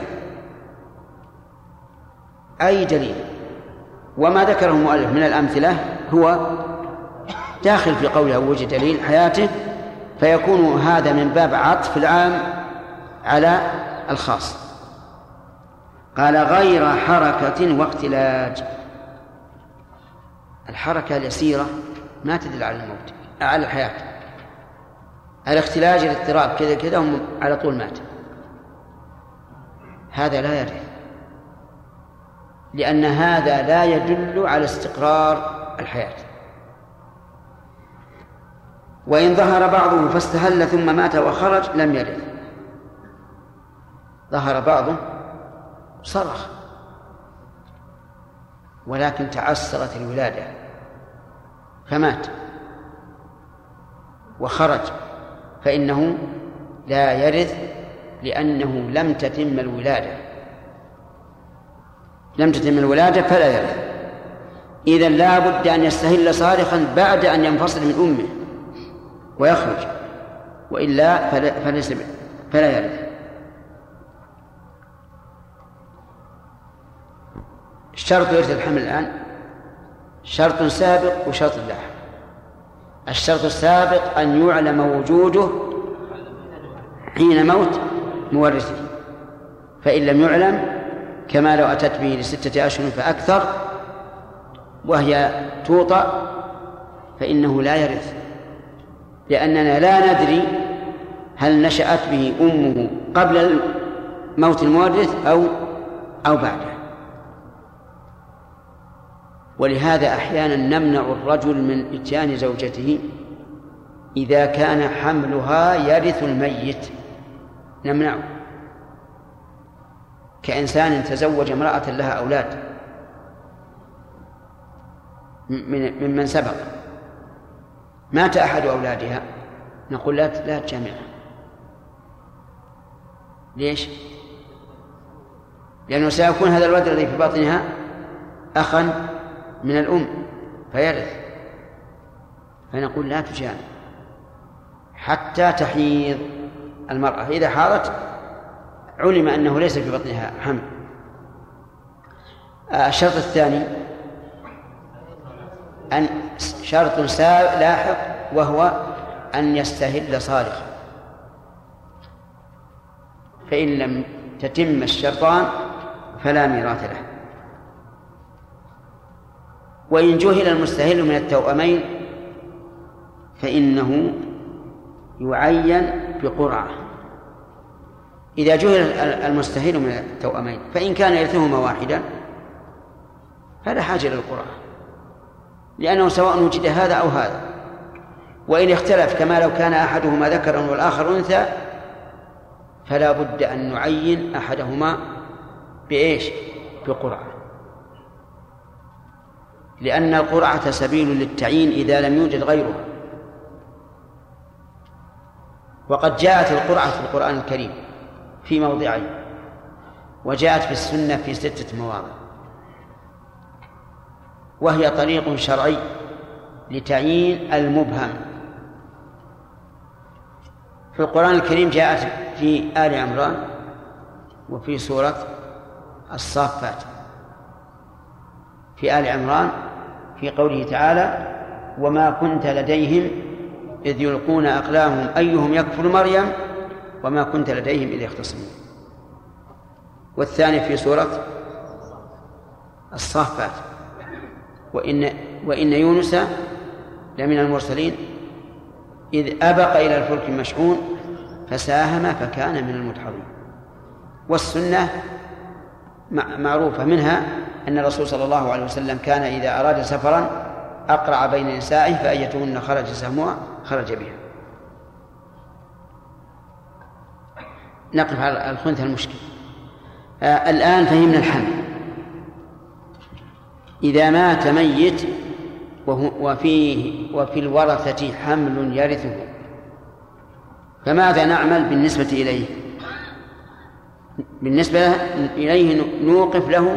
Speaker 1: أي دليل، وما ذكره المؤلف من الأمثلة هو داخل في قوله وجد دليل حياته، فيكون هذا من باب عطف العام على الخاص. قال غير حركة واختلاج. الحركة اليسيرة ما تدل على الموت، على الحياة. الاختلاج الاضطراب كذا كذا هم على طول مات، هذا لا يرث، لأن هذا لا يدل على استقرار الحياة. وإن ظهر بعضه فاستهل ثم مات وخرج لم يرث. ظهر بعضه صرخ ولكن تعسرت الولادة فمات وخرج، فإنه لا يرث، لأنه لم تتم الولادة فلا يرث. إذن لا بد أن يستهل صارخا بعد أن ينفصل من أمه ويخرج، وإلا فلا يرث. الشرط يرث الحمل الآن شرط سابق وشرط لاحق. الشرط السابق أن يعلم وجوده حين موت مورثه، فإن لم يعلم كما لو أتت به ل6 أشهر فأكثر وهي توطأ فإنه لا يرث، لأننا لا ندري هل نشأت به أمه قبل موت المورث أو بعده. ولهذا أحيانا نمنع الرجل من إتيان زوجته إذا كان حملها يرث الميت، نمنعه، كإنسان تزوج امرأة لها أولاد ممن سبق، مات أحد أولادها، نقول لا تجامعها. ليش؟ لأنه سيكون هذا الولد الذي في بطنها أخا من الأم فيرث، فنقول لا تجامع حتى تحيض المرأة. إذا حاضت علم أنه ليس في بطنها حمل. الشرط الثاني أن شرط لاحق، وهو أن يستهل صارخا، فإن لم تتم الشرطان فلا ميراث له. وإن جهل المستهل من التوأمين فإنه يعين بقرعة. إذا جهل المستهل من التوأمين فإن كان يرثهما واحدا فلا حاجة للقرعة، لأنه سواء وجد هذا أو هذا. وإن اختلف كما لو كان أحدهما ذكرا والآخر أنثى فلا بد أن نعين أحدهما بقرعة، لأن القرعة سبيل للتعيين إذا لم يوجد غيره. وقد جاءت القرعة في القرآن الكريم في موضعين، وجاءت في السنة في 6 مواضع، وهي طريق شرعي لتعيين المبهم. في القرآن الكريم جاءت في آل عمران وفي سورة الصافات. في آل عمران في قوله تعالى: وما كنت لديهم إذ يلقون أقلامهم أيهم يكفر مريم وما كنت لديهم إذ يختصمون. والثاني في سورة الصافات: وإن يونس لمن المرسلين إذ أبق إلى الفلك المشحون فساهم فكان من المدحضين. والسنة معروفة، منها أن الرسول صلى الله عليه وسلم كان إذا أراد سفرا أقرع بين نسائه فأيتهن خرج سهمها خرج بها. نقف على الخنثى المشكل. الآن فهمنا الحمل. إذا مات ميت وفي الورثة حمل يرثه فماذا نعمل بالنسبة إليه؟ بالنسبة إليه نوقف له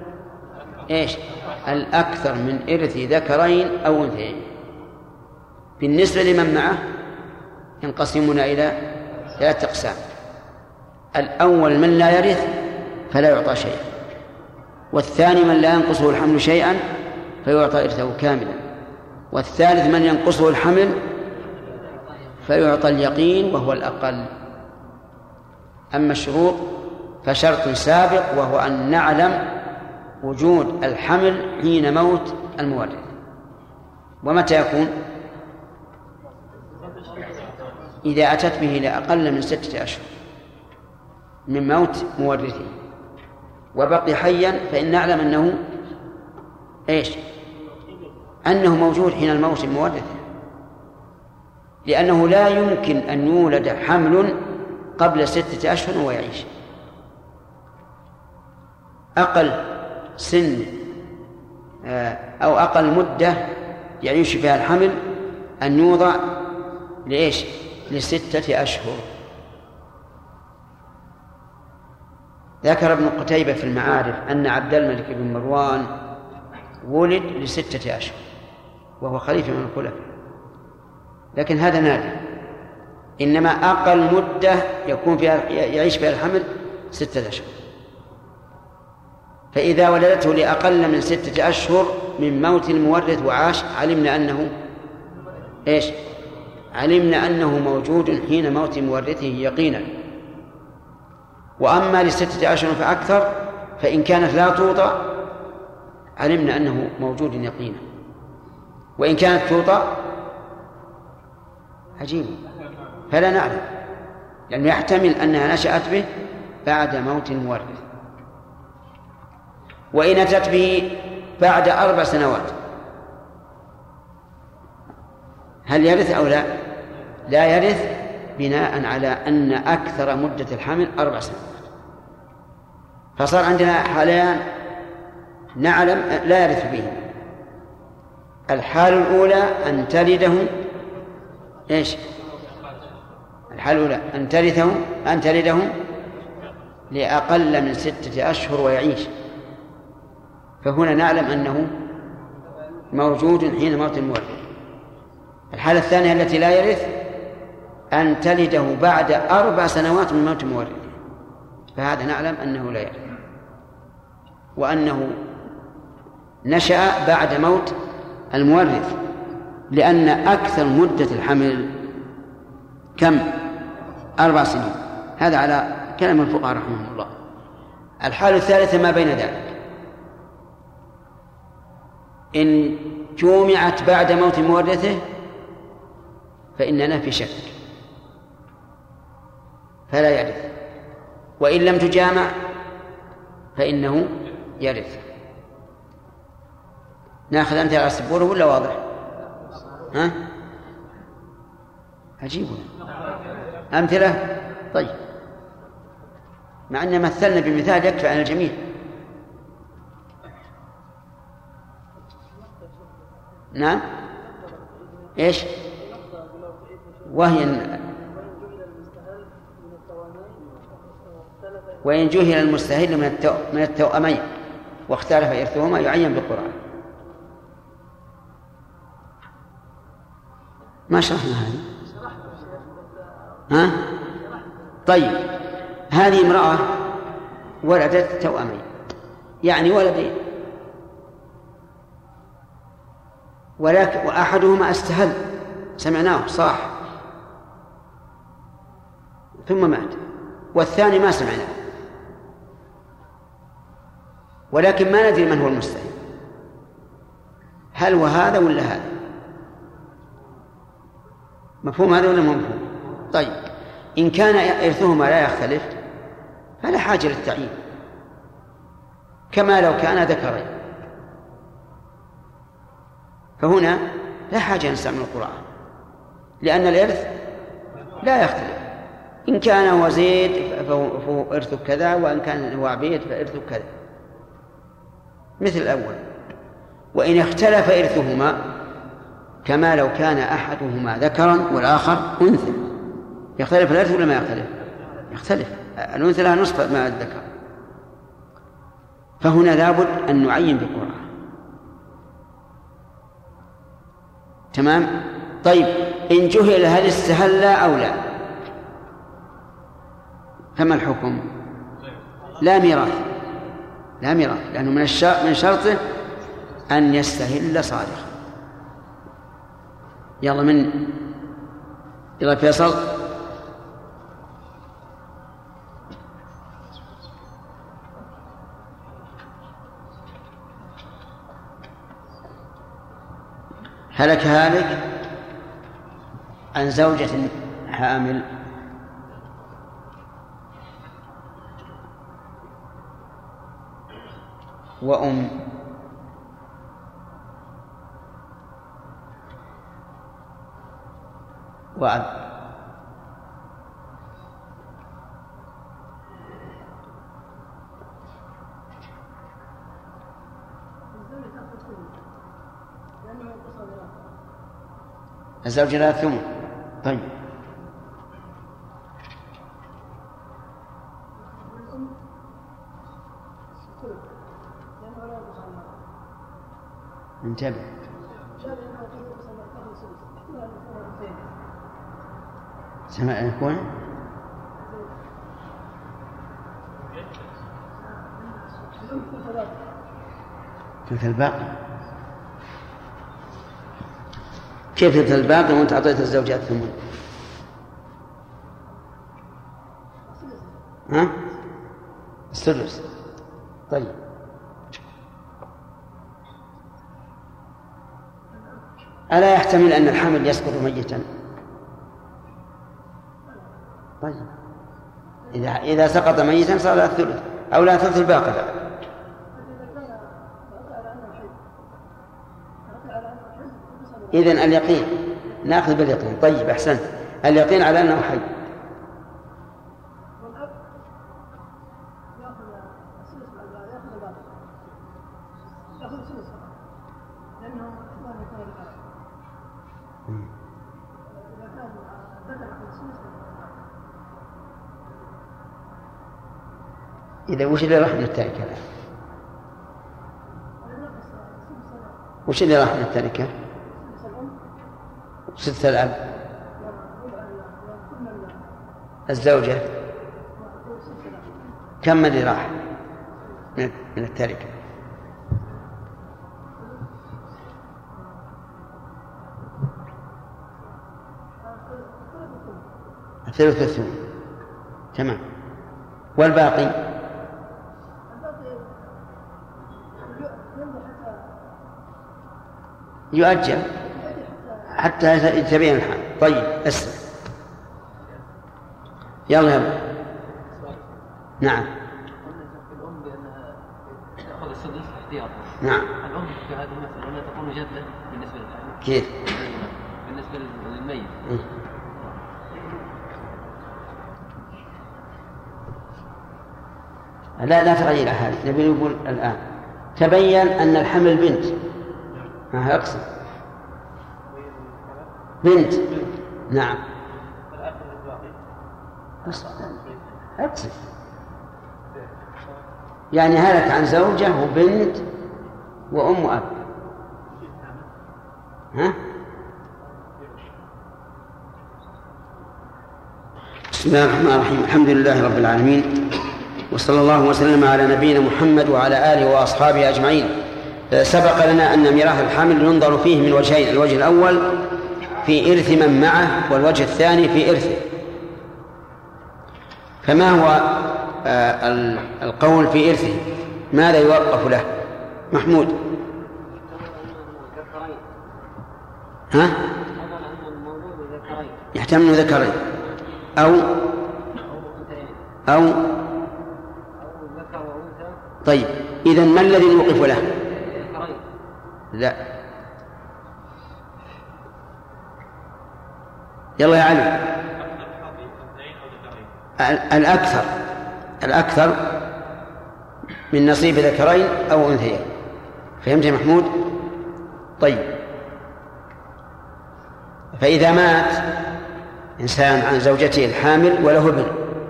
Speaker 1: الأكثر من إرث ذكرين أو أنثيين. بالنسبة لمن معه ينقسمون إلى 3 أقسام: الأول من لا يرث فلا يعطى شيئا، والثاني من لا ينقصه الحمل شيئا فيعطى إرثه كاملا، والثالث من ينقصه الحمل فيعطى اليقين وهو الأقل. أما الشروط فشرط سابق وهو أن نعلم وجود الحمل حين موت المورث. ومتى يكون؟ إذا أتت به لأقل من 6 أشهر من موت مورثه وبقي حيا فإن نعلم أنه أنه موجود حين الموت المورث، لأنه لا يمكن أن يولد حمل قبل 6 أشهر ويعيش. أقل سن أو أقل مدة يعيش فيها الحمل أن يوضع ل6 أشهر. ذكر ابن قتيبة في المعارف أن عبد الملك بن مروان ولد ل6 أشهر وهو خليفة من الخلفاء، لكن هذا نادر. إنما أقل مدة يكون فيها يعيش فيها الحمل 6 أشهر. فإذا ولدته لأقل من 6 أشهر من موت المورث وعاش علمنا أنه موجود حين موت مورثه يقينا. وأما ل6 أشهر فأكثر فإن كانت لا توطأ علمنا أنه موجود يقينا، وإن كانت توطأ عجيب فلا نعلم، لأنه يحتمل أنها نشأت به بعد موت المورث. وإن أتت به بعد 4 سنوات هل يرث أو لا؟ لا يرث، بناء على أن أكثر مدة الحمل 4 سنوات. فصار عندنا حاليان نعلم لا يرث به. الحالة الأولى أن تلده الحالة الأولى أن تلده لأقل من 6 أشهر ويعيش، فهنا نعلم أنه موجود حين موت المورث. الحالة الثانية التي لا يرث أن تلده بعد 4 سنوات من موت المورث، فهذا نعلم أنه لا يرث، وأنه نشأ بعد موت المورث، لأن أكثر مدة الحمل كم؟ 4 سنين. هذا على كلام الفقهاء رحمهم الله. الحالة الثالثة ما بين ذلك، إن جمعت بعد موت مورثه فإننا في شك فلا يرث، وإن لم تجامع فإنه يرث. نأخذ أمثلة على السبورة ولا واضح؟ عجيب أمثلة. طيب، مع أن مثلنا بمثال يكفي على الجميع. نعم، وهي وإن جهل المستهل من التوأمين واختلف إرثهما يعين بالقرآن. ما شرحنا هذه. ها؟ طيب هذه امرأة ولدت توأمين، يعني ولدين، ولكن وأحدهما استهل سمعناه صاح ثم مات، والثاني ما سمعناه، ولكن ما ندري من هو المستهل، هل هو هذا ولا هذا؟ مفهوم هذا ولا مفهوم؟ طيب إن كان إرثهما لا يختلف فلا حاجة للتعيين، كما لو كان ذكرين، فهنا لا حاجة أن نستعمل القرآن، لأن الإرث لا يختلف، إن كان هو زيد فهو إرثه كذا، وإن كان هو عبيد فإرثه كذا مثل الأول. وإن اختلف إرثهما كما لو كان أحدهما ذكرا والآخر أنثى، يختلف الإرث ولا ما يختلف؟ يختلف، الأنثى لها نصف ما الذكر، فهنا لابد أن نعين بالقرآن. تمام؟ طيب إن جهل هل استهل أو لا، فما الحكم؟ لا ميراث، لا ميراث، لأنه من شرطه أن يستهل صادقا. يلا فيصل. هلك هالك عن زوجة حامل وأم وأب. الزوج لا ثمن. طيب انتبه. سمع يكون ثلث الباقي. كيف ثلث الباقي وانت اعطيت الزوجات ثمن؟ ها؟ السدس. طيب ألا يحتمل أن الحمل يسقط ميتا؟ طيب إذا سقط ميتا صار لا الثلث أو لا ثلث الباقي بقى. إذن اليقين نأخذ باليقين. طيب أحسنت، اليقين على أنه حي. إذا وش اللي راح من التركة؟ وش اللي راح من التركة؟ ست الأب. الزوجة كم اللي راح من التركة؟ الثلث الثمن. تمام. والباقي يؤجل حتى يتبين الحال. طيب اسمع. يلا. نعم.
Speaker 6: الأم بأنها تأخذ السدس احتياطا.
Speaker 1: نعم.
Speaker 6: الأم في هذه المسألة لا تكون جدة بالنسبة للحمل.
Speaker 1: كيف؟
Speaker 6: بالنسبة للميت.
Speaker 1: لا تغير هذه. نبي نقول الآن تبين أن الحمل بنت. ها أقسم بنت. نعم. أقسم يعني هلك عن زوجة وبنت وأم وأب. ها بسم الله الرحمن الرحيم. الحمد لله رب العالمين، وصلى الله وسلم على نبينا محمد وعلى آله وأصحابه أجمعين. سبق لنا أن ميراث الحامل ينظر فيه من وجهين: الوجه الأول في إرث من معه، والوجه الثاني في إرثه. فما هو القول في إرثه؟ ماذا يوقف له؟ محمود. ها؟ يحتمل ذكرين أو طيب، إذن ما الذي يوقف له؟ لا، يلا يا علي. الأكثر من نصيب ذكرين أو أنثيين. فهمت يا محمود؟ طيب، فإذا مات إنسان عن زوجته الحامل وله ابن،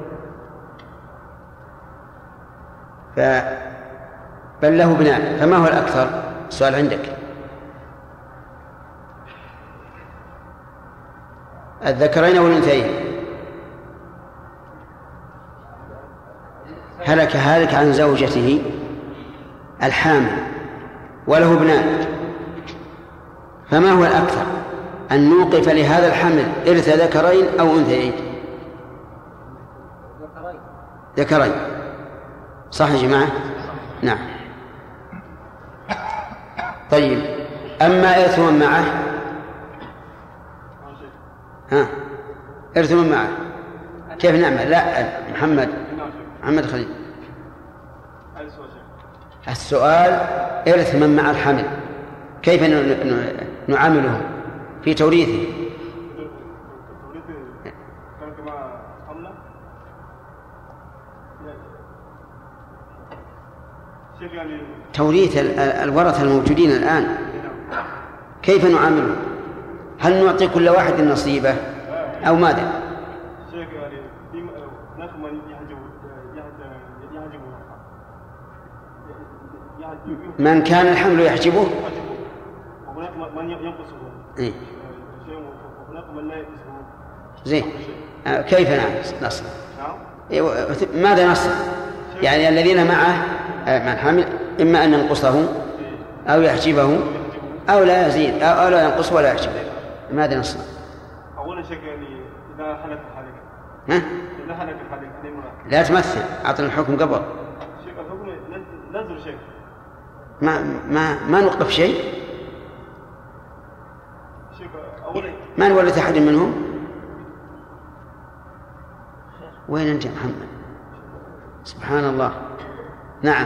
Speaker 1: بل له ابنان، فما هو الأكثر؟ السؤال عندك. الذكرين أو الأنثيين؟ هلك عن زوجته الحامل وله ابنان، فما هو الأكثر؟ أن نوقف لهذا الحمل إرث ذكرين أو أنثيين؟ ذكرين. صح يا جماعة؟ نعم. طيب، أما إرث من معه، إرث من معه كيف نعمل؟ لا، محمد خليل. السؤال إرث من مع الحمل، كيف نعامله في توريثه؟ توريث الورثة الموجودين الآن كيف نعامله؟ هل نعطي كل واحد نصيبه أو ماذا؟ من كان الحمل يحجبه وهناك من ينقصه. وهناك من لا ينقصه. زين، كيف نصل؟ ماذا نصل؟ يعني الذين معه مع الحمل إما أن ينقصه أو يحجبه أو لا يزيد أو لا ينقص ولا يحجبه. ماذا نصل؟
Speaker 7: أولا شيء يعني إذا حلق الحلق. إذا حلق الحلق
Speaker 1: لا تمثل، أعطنا الحكم قبل.
Speaker 7: شيء الحكم نزل شيء.
Speaker 1: ما نوقف شيء. ما نورث أحد منهم. وين أنت يا محمد؟ سبحان الله. نعم.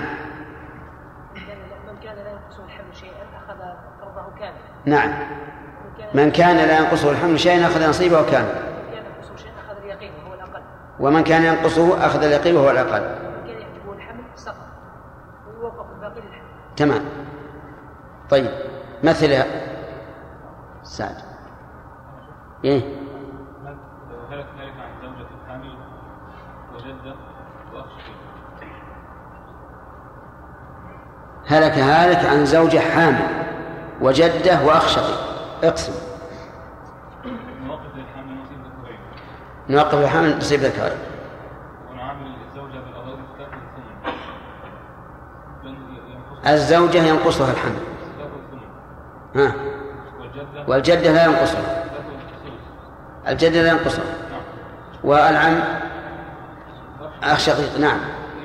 Speaker 3: من كان لا ينقصه الحمل شيئا أخذ فرضه كاملا.
Speaker 1: نعم. من كان لا ينقصه الحمل شيئا أخذ نصيبه كاملا.
Speaker 3: من كان ينقصه شيئا أخذ اليقين وهو الأقل.
Speaker 1: ومن كان ينقصه أخذ اليقين وهو الأقل.
Speaker 3: من كان يحجبه الحمل سقط ويوقف الباقي للحمل.
Speaker 1: تمام. طيب، مثلها سعد. إيه؟
Speaker 7: هلك عن زوجة الحامل وجدة وأخ شقيق.
Speaker 1: هلك عن زوجة حامل وجدة وأخ شقيق. اقسم.
Speaker 7: نوقف للحامل نصيب ذكرين.
Speaker 1: نوقف للحامل نصيب ذكرين.
Speaker 7: ونعامل الزوجة بالأضرار تأخذ الثمن.
Speaker 1: الزوجة ينقصها الحمل. والجدة لا ينقصها. الجدة لا ينقصها. والعم أخ شقيق. نعم.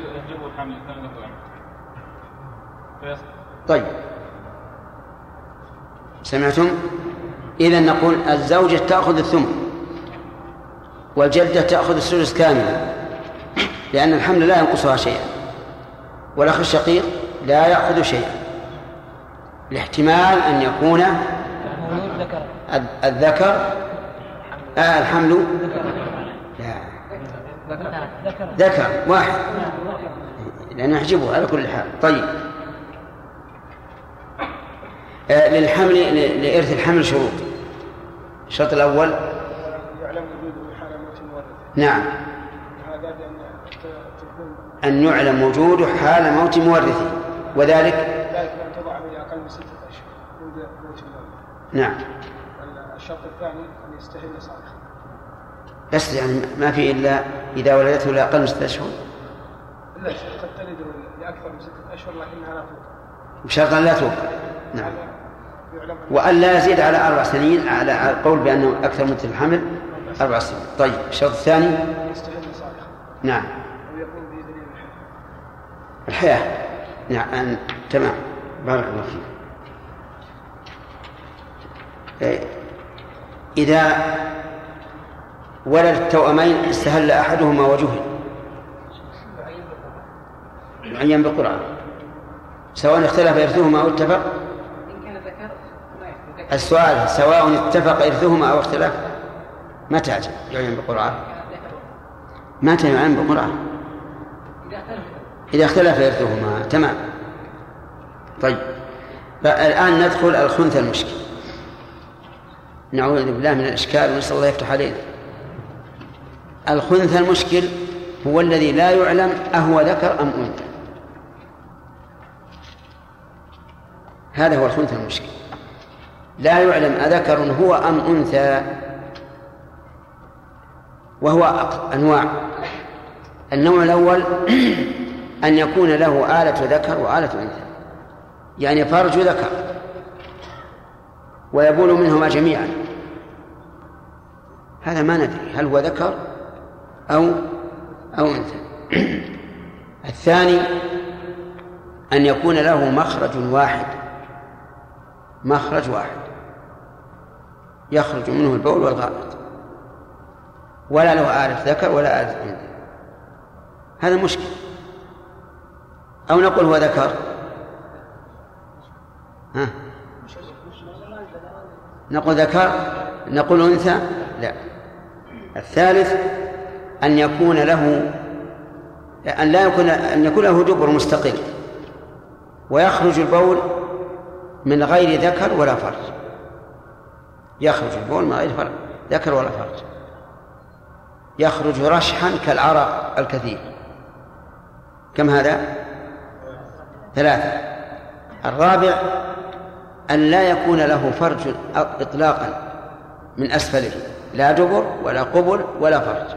Speaker 1: طيب، سمعتم؟ إذن نقول الزوجة تأخذ الثمن والجدة تأخذ السدس كاملا، لأن الحمل لا ينقصها شيئا، والأخ الشقيق لا يأخذ شيئا، لاحتمال أن يكون الذكر الحمل ذكر واحد، لأنه يحجبه على كل حال. طيب، للحمل لإرث الحمل شروط. الشرط الأول
Speaker 8: يعلم وجوده حال موت المورث.
Speaker 1: نعم، أن يعلم وجوده حال موت مورثه، وذلك
Speaker 8: أن تضع من أقل من 6 أشهر منذ موت المورث.
Speaker 1: نعم.
Speaker 8: الشرط الثاني أن يستهل صالحا.
Speaker 1: بس يعني ما في إلا إذا ولدته لأقل من 6 أشهر.
Speaker 8: لا قد تلد لأكثر من 6 أشهر لكنها لا توقع
Speaker 1: بشرط أن لا توقع. نعم. وأن لا يزيد على 4 سنين على القول بأنه أكثر مدة الحمل 4 سنين. طيب الشرط الثاني
Speaker 8: يستهل صالحا.
Speaker 1: نعم.
Speaker 8: ويكون به دليل
Speaker 1: الحياة. نعم تمام. بارك الله فيك. إذا ولد التوأمين استهل أحدهما وجهل معين بقرعة سواء اختلف إرثهما أو اتفق.
Speaker 4: إن كان ذكر
Speaker 1: السؤال سواء اتفق إرثهما أو اختلف متى يعين بقرعة؟ متى يعين بقرعة؟ إذا اختلف إرثهما. تمام. طيب الآن ندخل الخنثى المشكل. نعوذ بالله من الإشكال ونسأل الله يفتح علينا. الخنثى المشكل هو الذي لا يعلم أهو ذكر أم أنثى. هذا هو الخنثى المشكل، لا يعلم أذكر هو أم أنثى. وهو أنواع. النوع الأول أن يكون له آلة ذكر وآلة أنثى، يعني فرج ذكر ويبول منهما جميعا، هذا ما ندري هل هو ذكر أو أنثى. الثاني أن يكون له مخرج واحد يخرج منه البول والغائط، ولا له آلة ذكر ولا آلة أنثى، هذا مشكل. أو نقول هو ذكر، نقول ذكر، نقول أنثى، لا. الثالث أن يكون له أن يكون له دبر مستقل ويخرج البول من غير ذكر ولا فرج، يخرج البول من غير ذكر ولا فرج، يخرج رشحا كالعرق الكثير. كم هذا؟ 3. الرابع أن لا يكون له فرج إطلاقا من أسفله، لا دبر ولا قبل ولا فرج،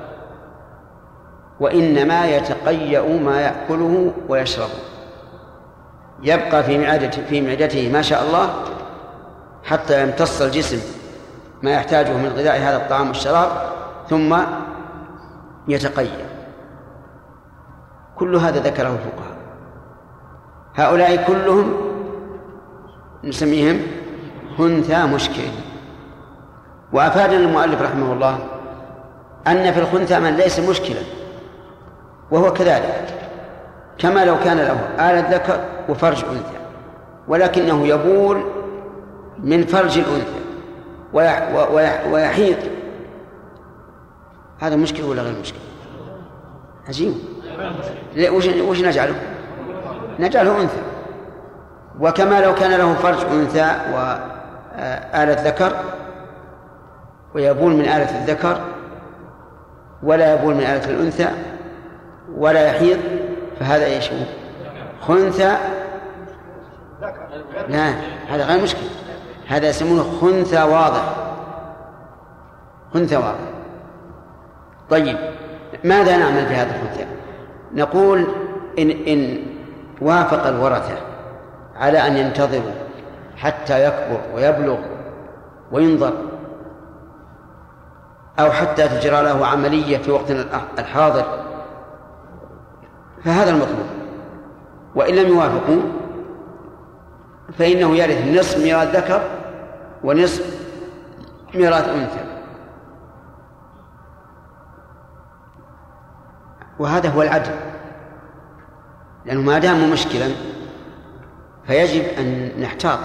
Speaker 1: وإنما يتقيأ ما يأكله ويشربه، يبقى في معدته ما شاء الله حتى يمتص الجسم ما يحتاجه من غذاء هذا الطعام والشراب ثم يتقيأ. كل هذا ذكره الفقهاء. هؤلاء كلهم نسميهم خنثى مشكل. وأفادنا المؤلف رحمه الله أن في الخنثى من ليس مشكلا، وهو كذلك، كما لو كان له آلة ذكر وفرج أنثى ولكنه يبول من فرج الأنثى ويحيض، هذا مشكل ولا غير مشكل؟ عجيب. وش نجعله؟ نجعله أنثى. وكما لو كان له فرج أنثى وآلة ذكر ويبول من آلة الذكر ولا يبول من آلة الأنثى ولا يحيض، فهذا ايش هو؟ خنثى. لا، هذا غير مشكل، هذا يسمونه خنثى واضح. خنثى واضح. طيب ماذا نعمل في هذا الخنثى؟ نقول إن وافق الورثة على أن ينتظروا حتى يكبر ويبلغ وينظر، أو حتى تجرى له عملية في وقتنا الحاضر، فهذا المطلوب. وإن لم يوافقوا فإنه يرث نصف ميراث ذكر ونصف ميراث أنثى، وهذا هو العدل، لأنه ما دام مشكلا فيجب أن نحتاط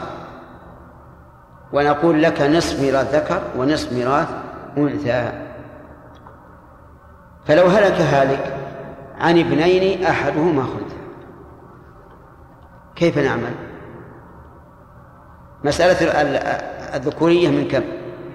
Speaker 1: ونقول لك نصف ميراث ذكر ونصف ميراث أنثى. فلو هلك هالك عن ابنين أحدهما خنثى كيف نعمل؟ مسألة الذكورية من كم؟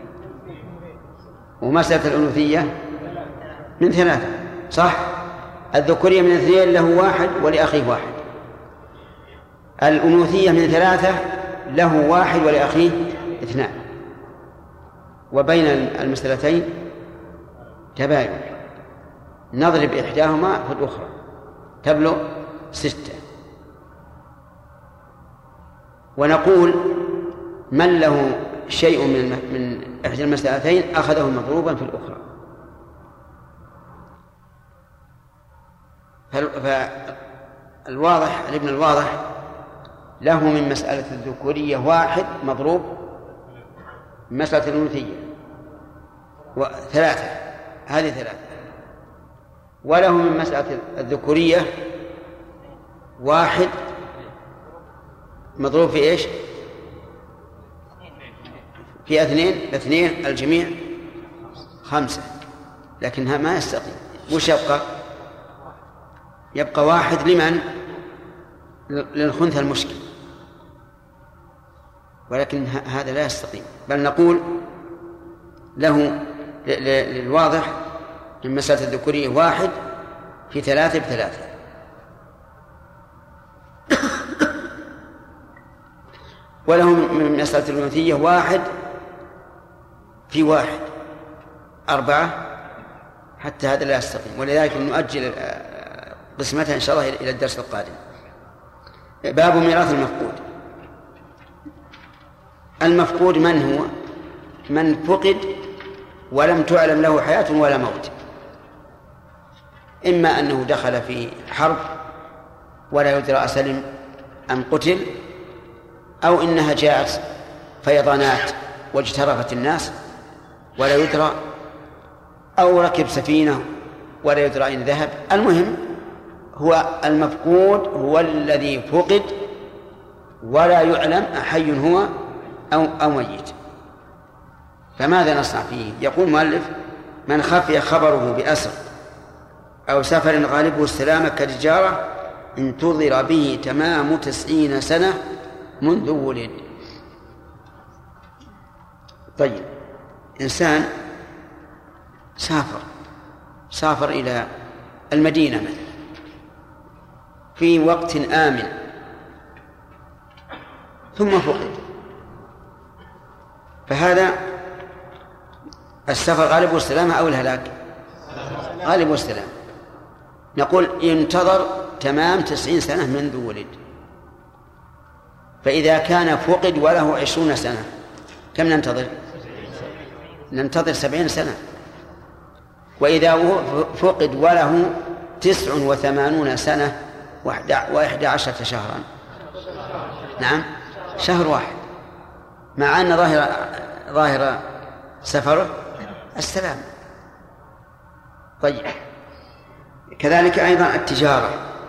Speaker 1: ومسألة الأنوثية من 3، صح؟ الذكورية من 2 له 1 ولأخيه 1، الأنوثية من 3 له 1 ولأخيه 2، وبين المسألتين تباين، نضرب إحداهما في الأخرى تبلغ 6. ونقول من له شيء من إحدى المسألتين أخذه مضروبا في الأخرى. فالواضح الابن الواضح له من مسألة الذكورية 1 مضروب من مسألة الأنوثية 3، هذه 3. وله من مسألة الذكورية 1 مضروب في إيش؟ في 2 الجميع 5، لكنها ما يستقيم. وش يبقى؟ يبقى 1 لمن؟ للخنثى المشكل، ولكن هذا لا يستقيم. بل نقول له للواضح من مسألة الذكورية 1 في 3 ب3. وله من مسألة الأنوثية 1 في 1 4، حتى هذا لا يستقيم. ولذلك نؤجل قسمتها إن شاء الله إلى الدرس القادم. باب ميراث المفقود. المفقود من هو؟ من فقد ولم تعلم له حياة ولا موت، إما أنه دخل في حرب ولا يدرى أسلم أم قتل، أو إنها جاءت فيضانات واجترفت الناس ولا يدرى، أو ركب سفينة ولا يدرى أين ذهب. المهم هو المفقود هو الذي فقد ولا يعلم أحي هو أو ميت. فماذا نصنع فيه؟ يقول المؤلف: من خفي خبره بأسر أو سفر غالبه السلامة كتجارة انتظر به تمام 90 سنة منذ ولد. طيب، إنسان سافر إلى المدينة مثلا في وقت آمن ثم فقد، فهذا السفر غالبه السلامة أو الهلاك؟ غالبه السلامة. نقول ينتظر تمام 90 سنة منذ ولد. فإذا كان فقد وله 20 سنة كم ننتظر؟ ننتظر 70 سنة. وإذا فقد وله 89 سنة و11 شهرا، نعم، شهر واحد، مع أن ظاهر سفره السلام. طيب، كذلك أيضا التجارة.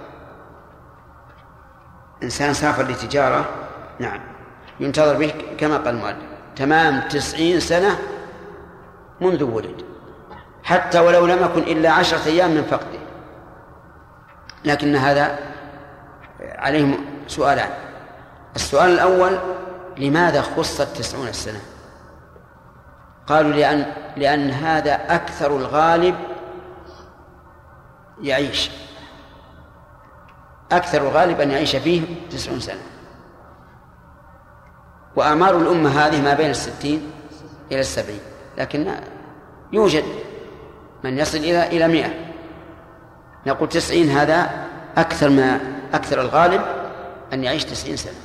Speaker 1: إنسان سافر لتجارة، نعم، ينتظر به كما قال المؤلف تمام 90 سنة منذ ولد، حتى ولو لم يكن إلا 10 أيام من فقده. لكن هذا عليه سؤالان. السؤال الأول: لماذا خصت 90 سنة؟ قالوا لأن هذا أكثر الغالب يعيش، أكثر الغالب أن يعيش فيه 90 سنة. وأعمار الأمة هذه ما بين 60 إلى 70، لكن يوجد من يصل إلى 100. نقول 90 هذا أكثر الغالب أن يعيش 90 سنة.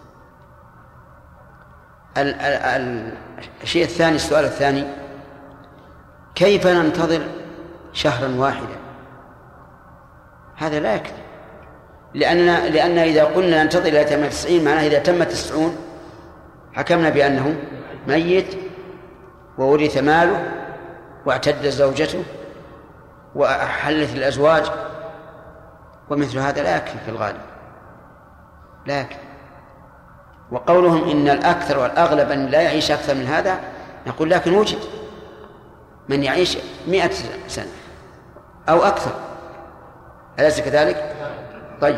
Speaker 1: الشيء الثاني، السؤال الثاني: كيف ننتظر شهرا واحدا؟ هذا لا يكفي، لأن إذا قلنا ننتظر إلى تم 90 معناه إذا تم 90 حكمنا بأنه ميت وورث ماله واعتدت زوجته وحلت الأزواج، ومثل هذا لا يكفي في الغالب، لا يكفي. وقولهم إن الأكثر والأغلب أن لا يعيش أكثر من هذا، نقول لكن وجد من يعيش 100 سنة أو أكثر، أليس كذلك؟ طيب،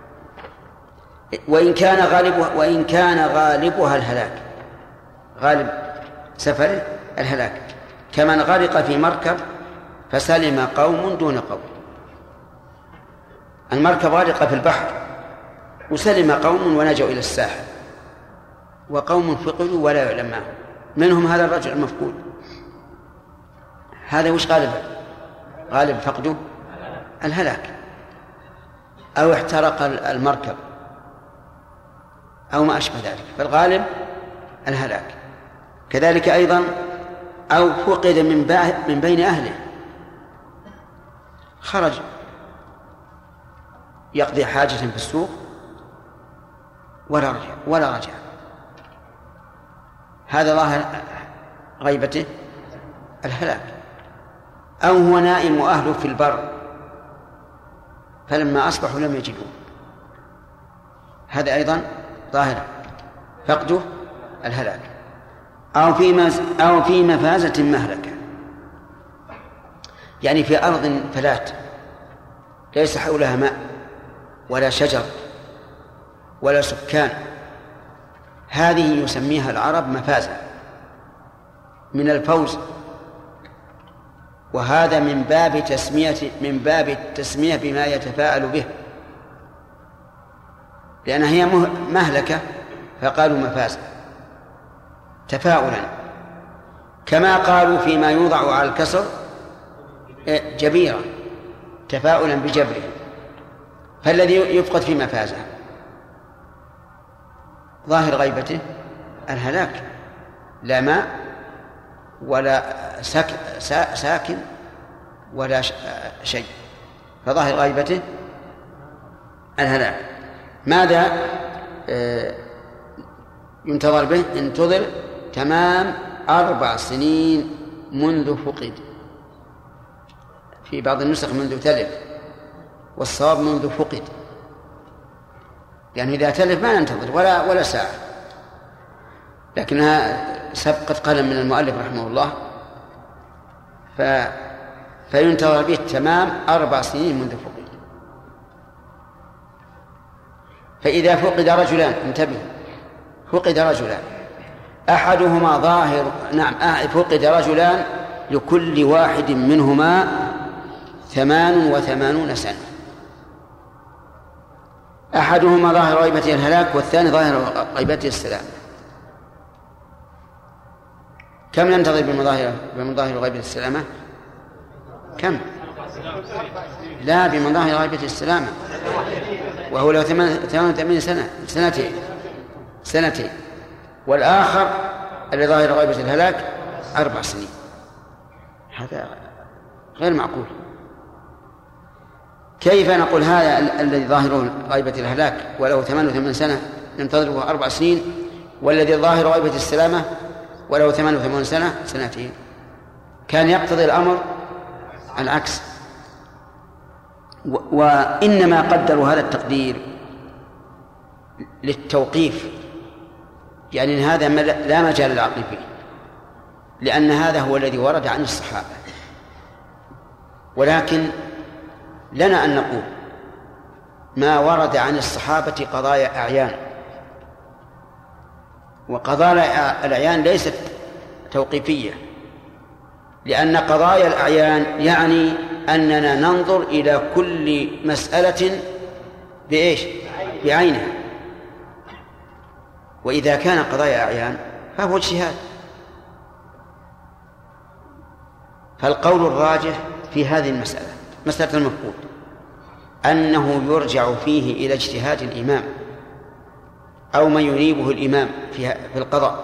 Speaker 1: وإن كان غالبها الهلاك، غالب سفره الهلاك، كمن غرق في مركب فسلم قوم دون قوم. المركب غرق في البحر وسلم قوم ونجوا إلى الساحل، وقوم فقدوا ولا يعلم معهم، منهم هذا الرجل المفقود. هذا وش غالب فقده؟ الهلاك، أو احترق المركب أو ما أشبه ذلك، فالغالب الهلاك. كذلك أيضا أو فقد من بين أهله، خرج يقضي حاجة في السوق ولا رجع، هذا ظاهر غيبته الهلاك. أو هو نائم وأهله في البر فلما أصبحوا لم يجدوه، هذا أيضا ظاهر فقده الهلاك. أو في مفازة مهلكة، يعني في أرض فلات ليس حولها ماء ولا شجر ولا سكان، هذه يسميها العرب مفازة من الفوز، وهذا من باب التسمية بما يتفاعل به، لأنها هي مهلكة فقالوا مفازة تفاؤلا، كما قالوا فيما يوضع على الكسر جبيرا تفاؤلا بجبره. فالذي يفقد في مفازة ظاهر غيبته الهلاك، لا ماء ولا ساكن ولا شيء، فظاهر غيبته الهلاك. ماذا ينتظر به؟ انتظر تمام 4 سنين منذ فقد، في بعض النسخ منذ تلف، والصواب منذ فقد، يعني إذا تلف ما ننتظر ولا ساعة، لكنها سبقت قلم من المؤلف رحمه الله، فينتظر به تمام 4 سنين منذ فقد. فإذا فقد رجلان، انتبهوا، فقد رجلان أحدهما ظاهر، فقد رجلان لكل واحد منهما 88 سنة، أحدهما ظاهر غيبته الهلاك والثاني ظاهر غيبته السلام. كم ننتظر بمظاهر غيبة السلامة؟ كم؟ لا، بمظاهر غيبة السلامة، وهو له 88 سنة، سنتين، والآخر اللي ظاهر غيبة الهلاك 4 سنين. هذا غير معقول. كيف نقول هذا الذي ظاهر غيبة الهلاك وله 88 سنة ننتظره 4 سنين، والذي ظاهر غيبة السلامة وله 88 سنة سنتين؟ كان يقتضي الأمر العكس. وإنما قدروا هذا التقدير للتوقيف، يعني هذا لا مجال للعقل فيه، لأن هذا هو الذي ورد عن الصحابة. ولكن لنا أن نقول ما ورد عن الصحابة قضايا أعيان، وقضايا الأعيان ليست توقيفية، لأن قضايا الأعيان يعني أننا ننظر إلى كل مسألة بإيش؟ بعينها. وإذا كان قضايا أعيان فهو اجتهاد. فالقول الراجح في هذه المسألة، مسألة المفقود، أنه يرجع فيه إلى اجتهاد الإمام أو من ينيبه الإمام في القضاء.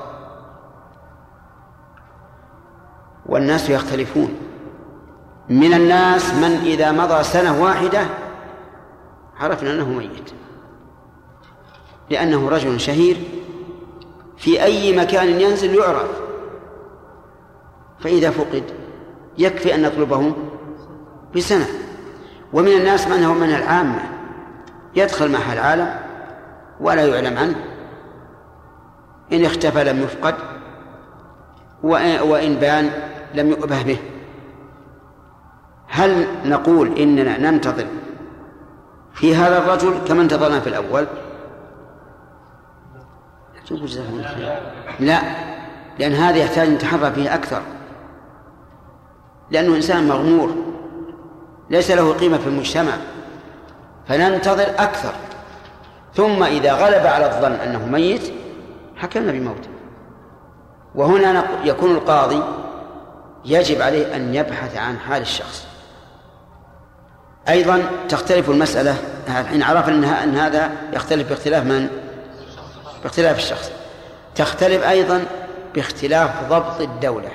Speaker 1: والناس يختلفون، من الناس من إذا مضى سنة واحدة عرفنا أنه ميت، لأنه رجل شهير في أي مكان ينزل يعرف، فإذا فقد يكفي أن نطلبه بسنة. ومن الناس من هو من العامة يدخل معها العالم ولا يعلم عنه، إن اختفى لم يفقد، وإن بان لم يؤبه به. هل نقول إننا ننتظر في هذا الرجل كما انتظرنا في الأول؟ لا، لأن هذا يحتاج نتحرى فيه أكثر، لأنه إنسان مغمور ليس له قيمة في المجتمع، فننتظر أكثر، ثم إذا غلب على الظن أنه ميت حكمنا بموته. وهنا يكون القاضي يجب عليه أن يبحث عن حال الشخص. أيضا تختلف المسألة حين عرف أن هذا يختلف باختلاف من؟ باختلاف الشخص. تختلف أيضا باختلاف ضبط الدولة.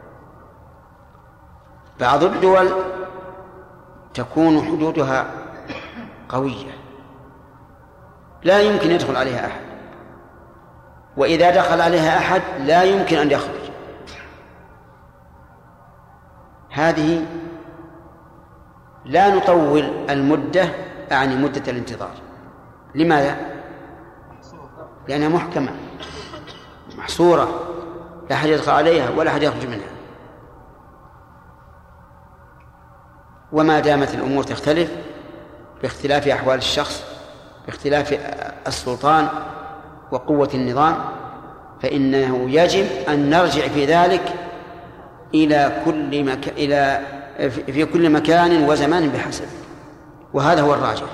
Speaker 1: بعض الدول تكون حدودها قوية لا يمكن يدخل عليها أحد، وإذا دخل عليها أحد لا يمكن أن يخرج. هذه لا نطول المدة، أعني مدة الانتظار. لماذا؟ لأنها محكمة محصورة، لا أحد يدخل عليها ولا أحد يخرج منها. وما دامت الأمور تختلف باختلاف أحوال الشخص، باختلاف السلطان وقوة النظام، فإنه يجب أن نرجع في ذلك في كل مكان وزمان بحسب، وهذا هو الراجح.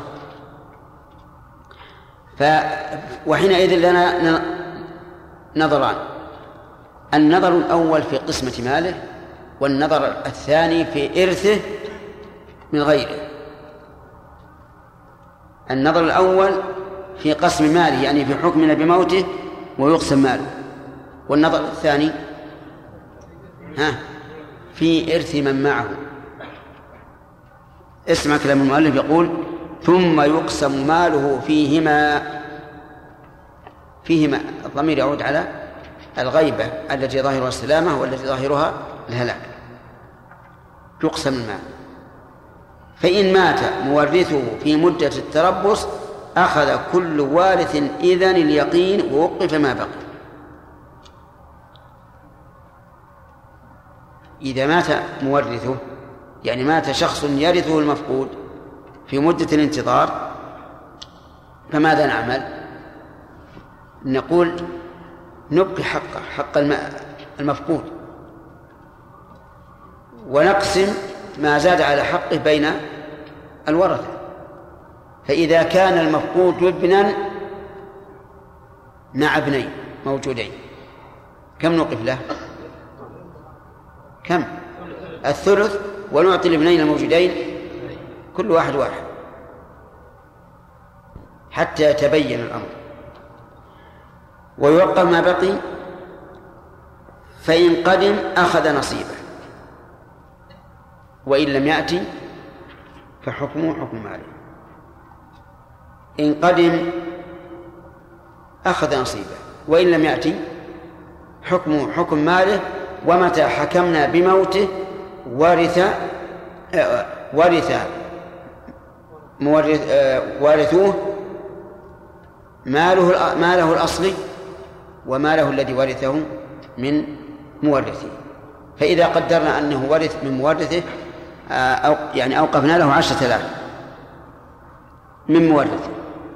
Speaker 1: وحينئذ لنا نظران: النظر الأول في قسمة ماله، والنظر الثاني في إرثه من غيره. النظر الأول في قسم ماله، يعني في حكمنا بموته ويقسم ماله، والنظر الثاني في إرث من معه. اسمع كلام المؤلف يقول: ثم يقسم ماله فيهما. الضمير يعود على الغيبة التي ظاهرها السلامة والتي ظاهرها الهلاك. يقسم المال، فإن مات مورثه في مدة التربص أخذ كل وارث إذن اليقين ووقف ما بقي. إذا مات مورثه، يعني مات شخص يرثه المفقود في مدة الانتظار، فماذا نعمل؟ نقول نبقي حق المفقود، ونقسم ما زاد على حقه بين الورثة. فإذا كان المفقود ابنا مع ابنين موجودين، كم نوقف له؟ كم؟ الثلث، ونعطي الابنين الموجودين كل واحد حتى يتبين الأمر، ويوقف ما بقي. فإن قدم أخذ نصيبه، وإن لم يأتي فحكمه حكم ماله. إن قدم أخذ نصيبه، وإن لم يأتي حكمه حكم ماله. ومتى حكمنا بموته ورث وارثوه ماله الأصلي وماله الذي ورثه من مورثه. فإذا قدرنا أنه ورث من مورثه، يعني أوقفنا له 10,000 من مورثه،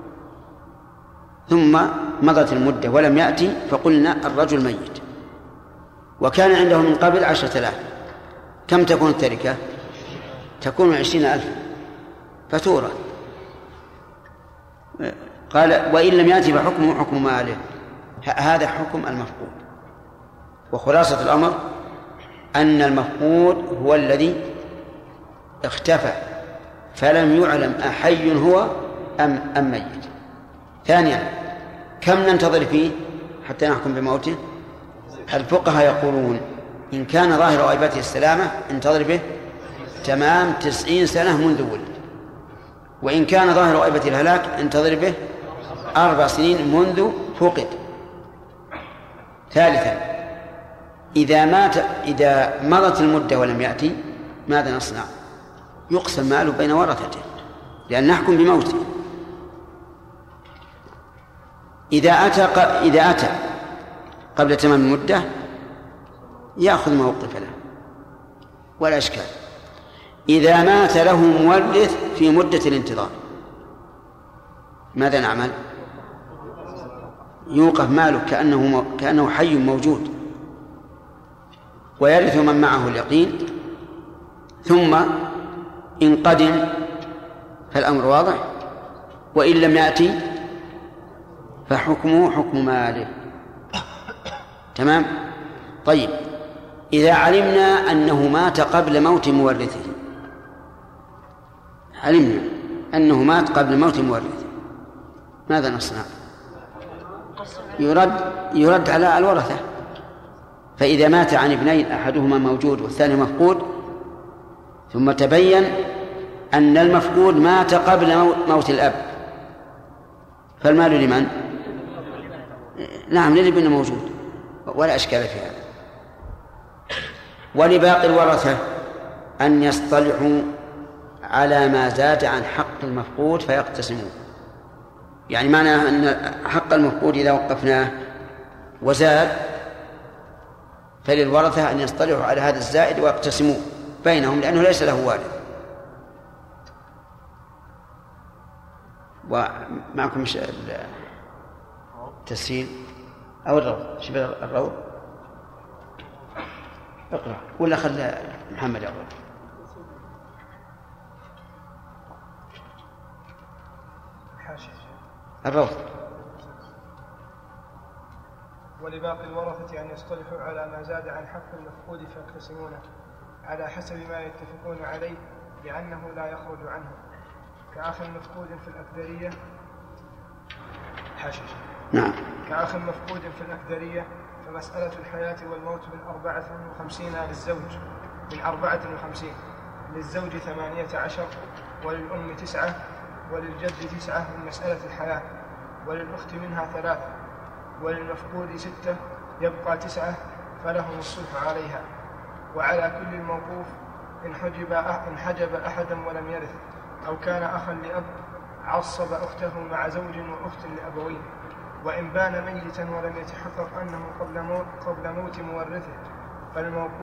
Speaker 1: ثم مضت المدة ولم يأتي، فقلنا الرجل ميت وكان عنده من قبل 10,000، كم تكون التركة؟ تكون 20,000 فتورة. قال: وإن لم يأتي فحكمه حكم ماله. هذا حكم المفقود. وخلاصة الأمر أن المفقود هو الذي اختفى فلم يعلم أحي هو أم ميت. ثانيا، كم ننتظر فيه حتى نحكم بموته؟ الفقهاء يقولون إن كان ظاهر غيبته السلامة انتظر به تمام 90 سنة منذ ولد، وإن كان ظاهر غيبته الهلاك انتظر به 4 سنين منذ فقد. ثالثا، إذا مضت المدة ولم يأتي ماذا نصنع؟ يقسم ماله بين ورثته، لأن نحكم بموته. إذا أتى قبل تمام المدة يأخذ ما وقف له ولا إشكال. إذا مات له مورث في مدة الانتظار ماذا نعمل؟ يوقف ماله كأنه حي موجود، ويرث من معه اليقين. ثم إن قدم فالأمر واضح، وإن لم يأتي فحكمه حكم ماله. تمام؟ طيب، إذا علمنا أنه مات قبل موت مورثه، علمنا أنه مات قبل موت مورثه، ماذا نصنع؟ يرد على الورثة. فإذا مات عن ابنين أحدهما موجود والثاني مفقود، ثم تبين أن المفقود مات قبل موت الأب، فالمال لمن؟ نعم للابن موجود، ولا أشكال في هذا. ولباقي الورثة أن يصطلحوا على ما زاد عن حق المفقود فيقتسمون. يعني معنى أن حق المفقود إذا وقفناه وزاد فللورثة أن يصطلحوا على هذا الزائد ويقتسموه بينهم، لأنه ليس له وارث. ومعكم التسهيل أو الروض؟ شبه الروض اقرأ ولا خلى محمد أول؟ الروض.
Speaker 8: ولباقي الورثة أن يصطلحوا على ما زاد عن حق المفقود فيقتسمونه على حسب ما يتفقون عليه لأنه لا يخرج عنه، كأخ مفقود في الأكدرية.
Speaker 1: نعم.
Speaker 8: كأخ مفقود في الأكدرية فمسألة الحياة والموت من 54 للزوج، من 54 للزوج 18 وللأم 9 وللجد 9 من مسألة الحياة، وللأخت منها 3 وللمفقود 6 يبقى 9 فلهم الصلح عليها. وعلى كل الموقوف إن حجب أحدا ولم يرث أو كان أخا لأب عصب أخته مع زوج وأخت لأبوين، وإن بان ميتا ولم يتحقق أنه قبل موت مورثه فالموقوف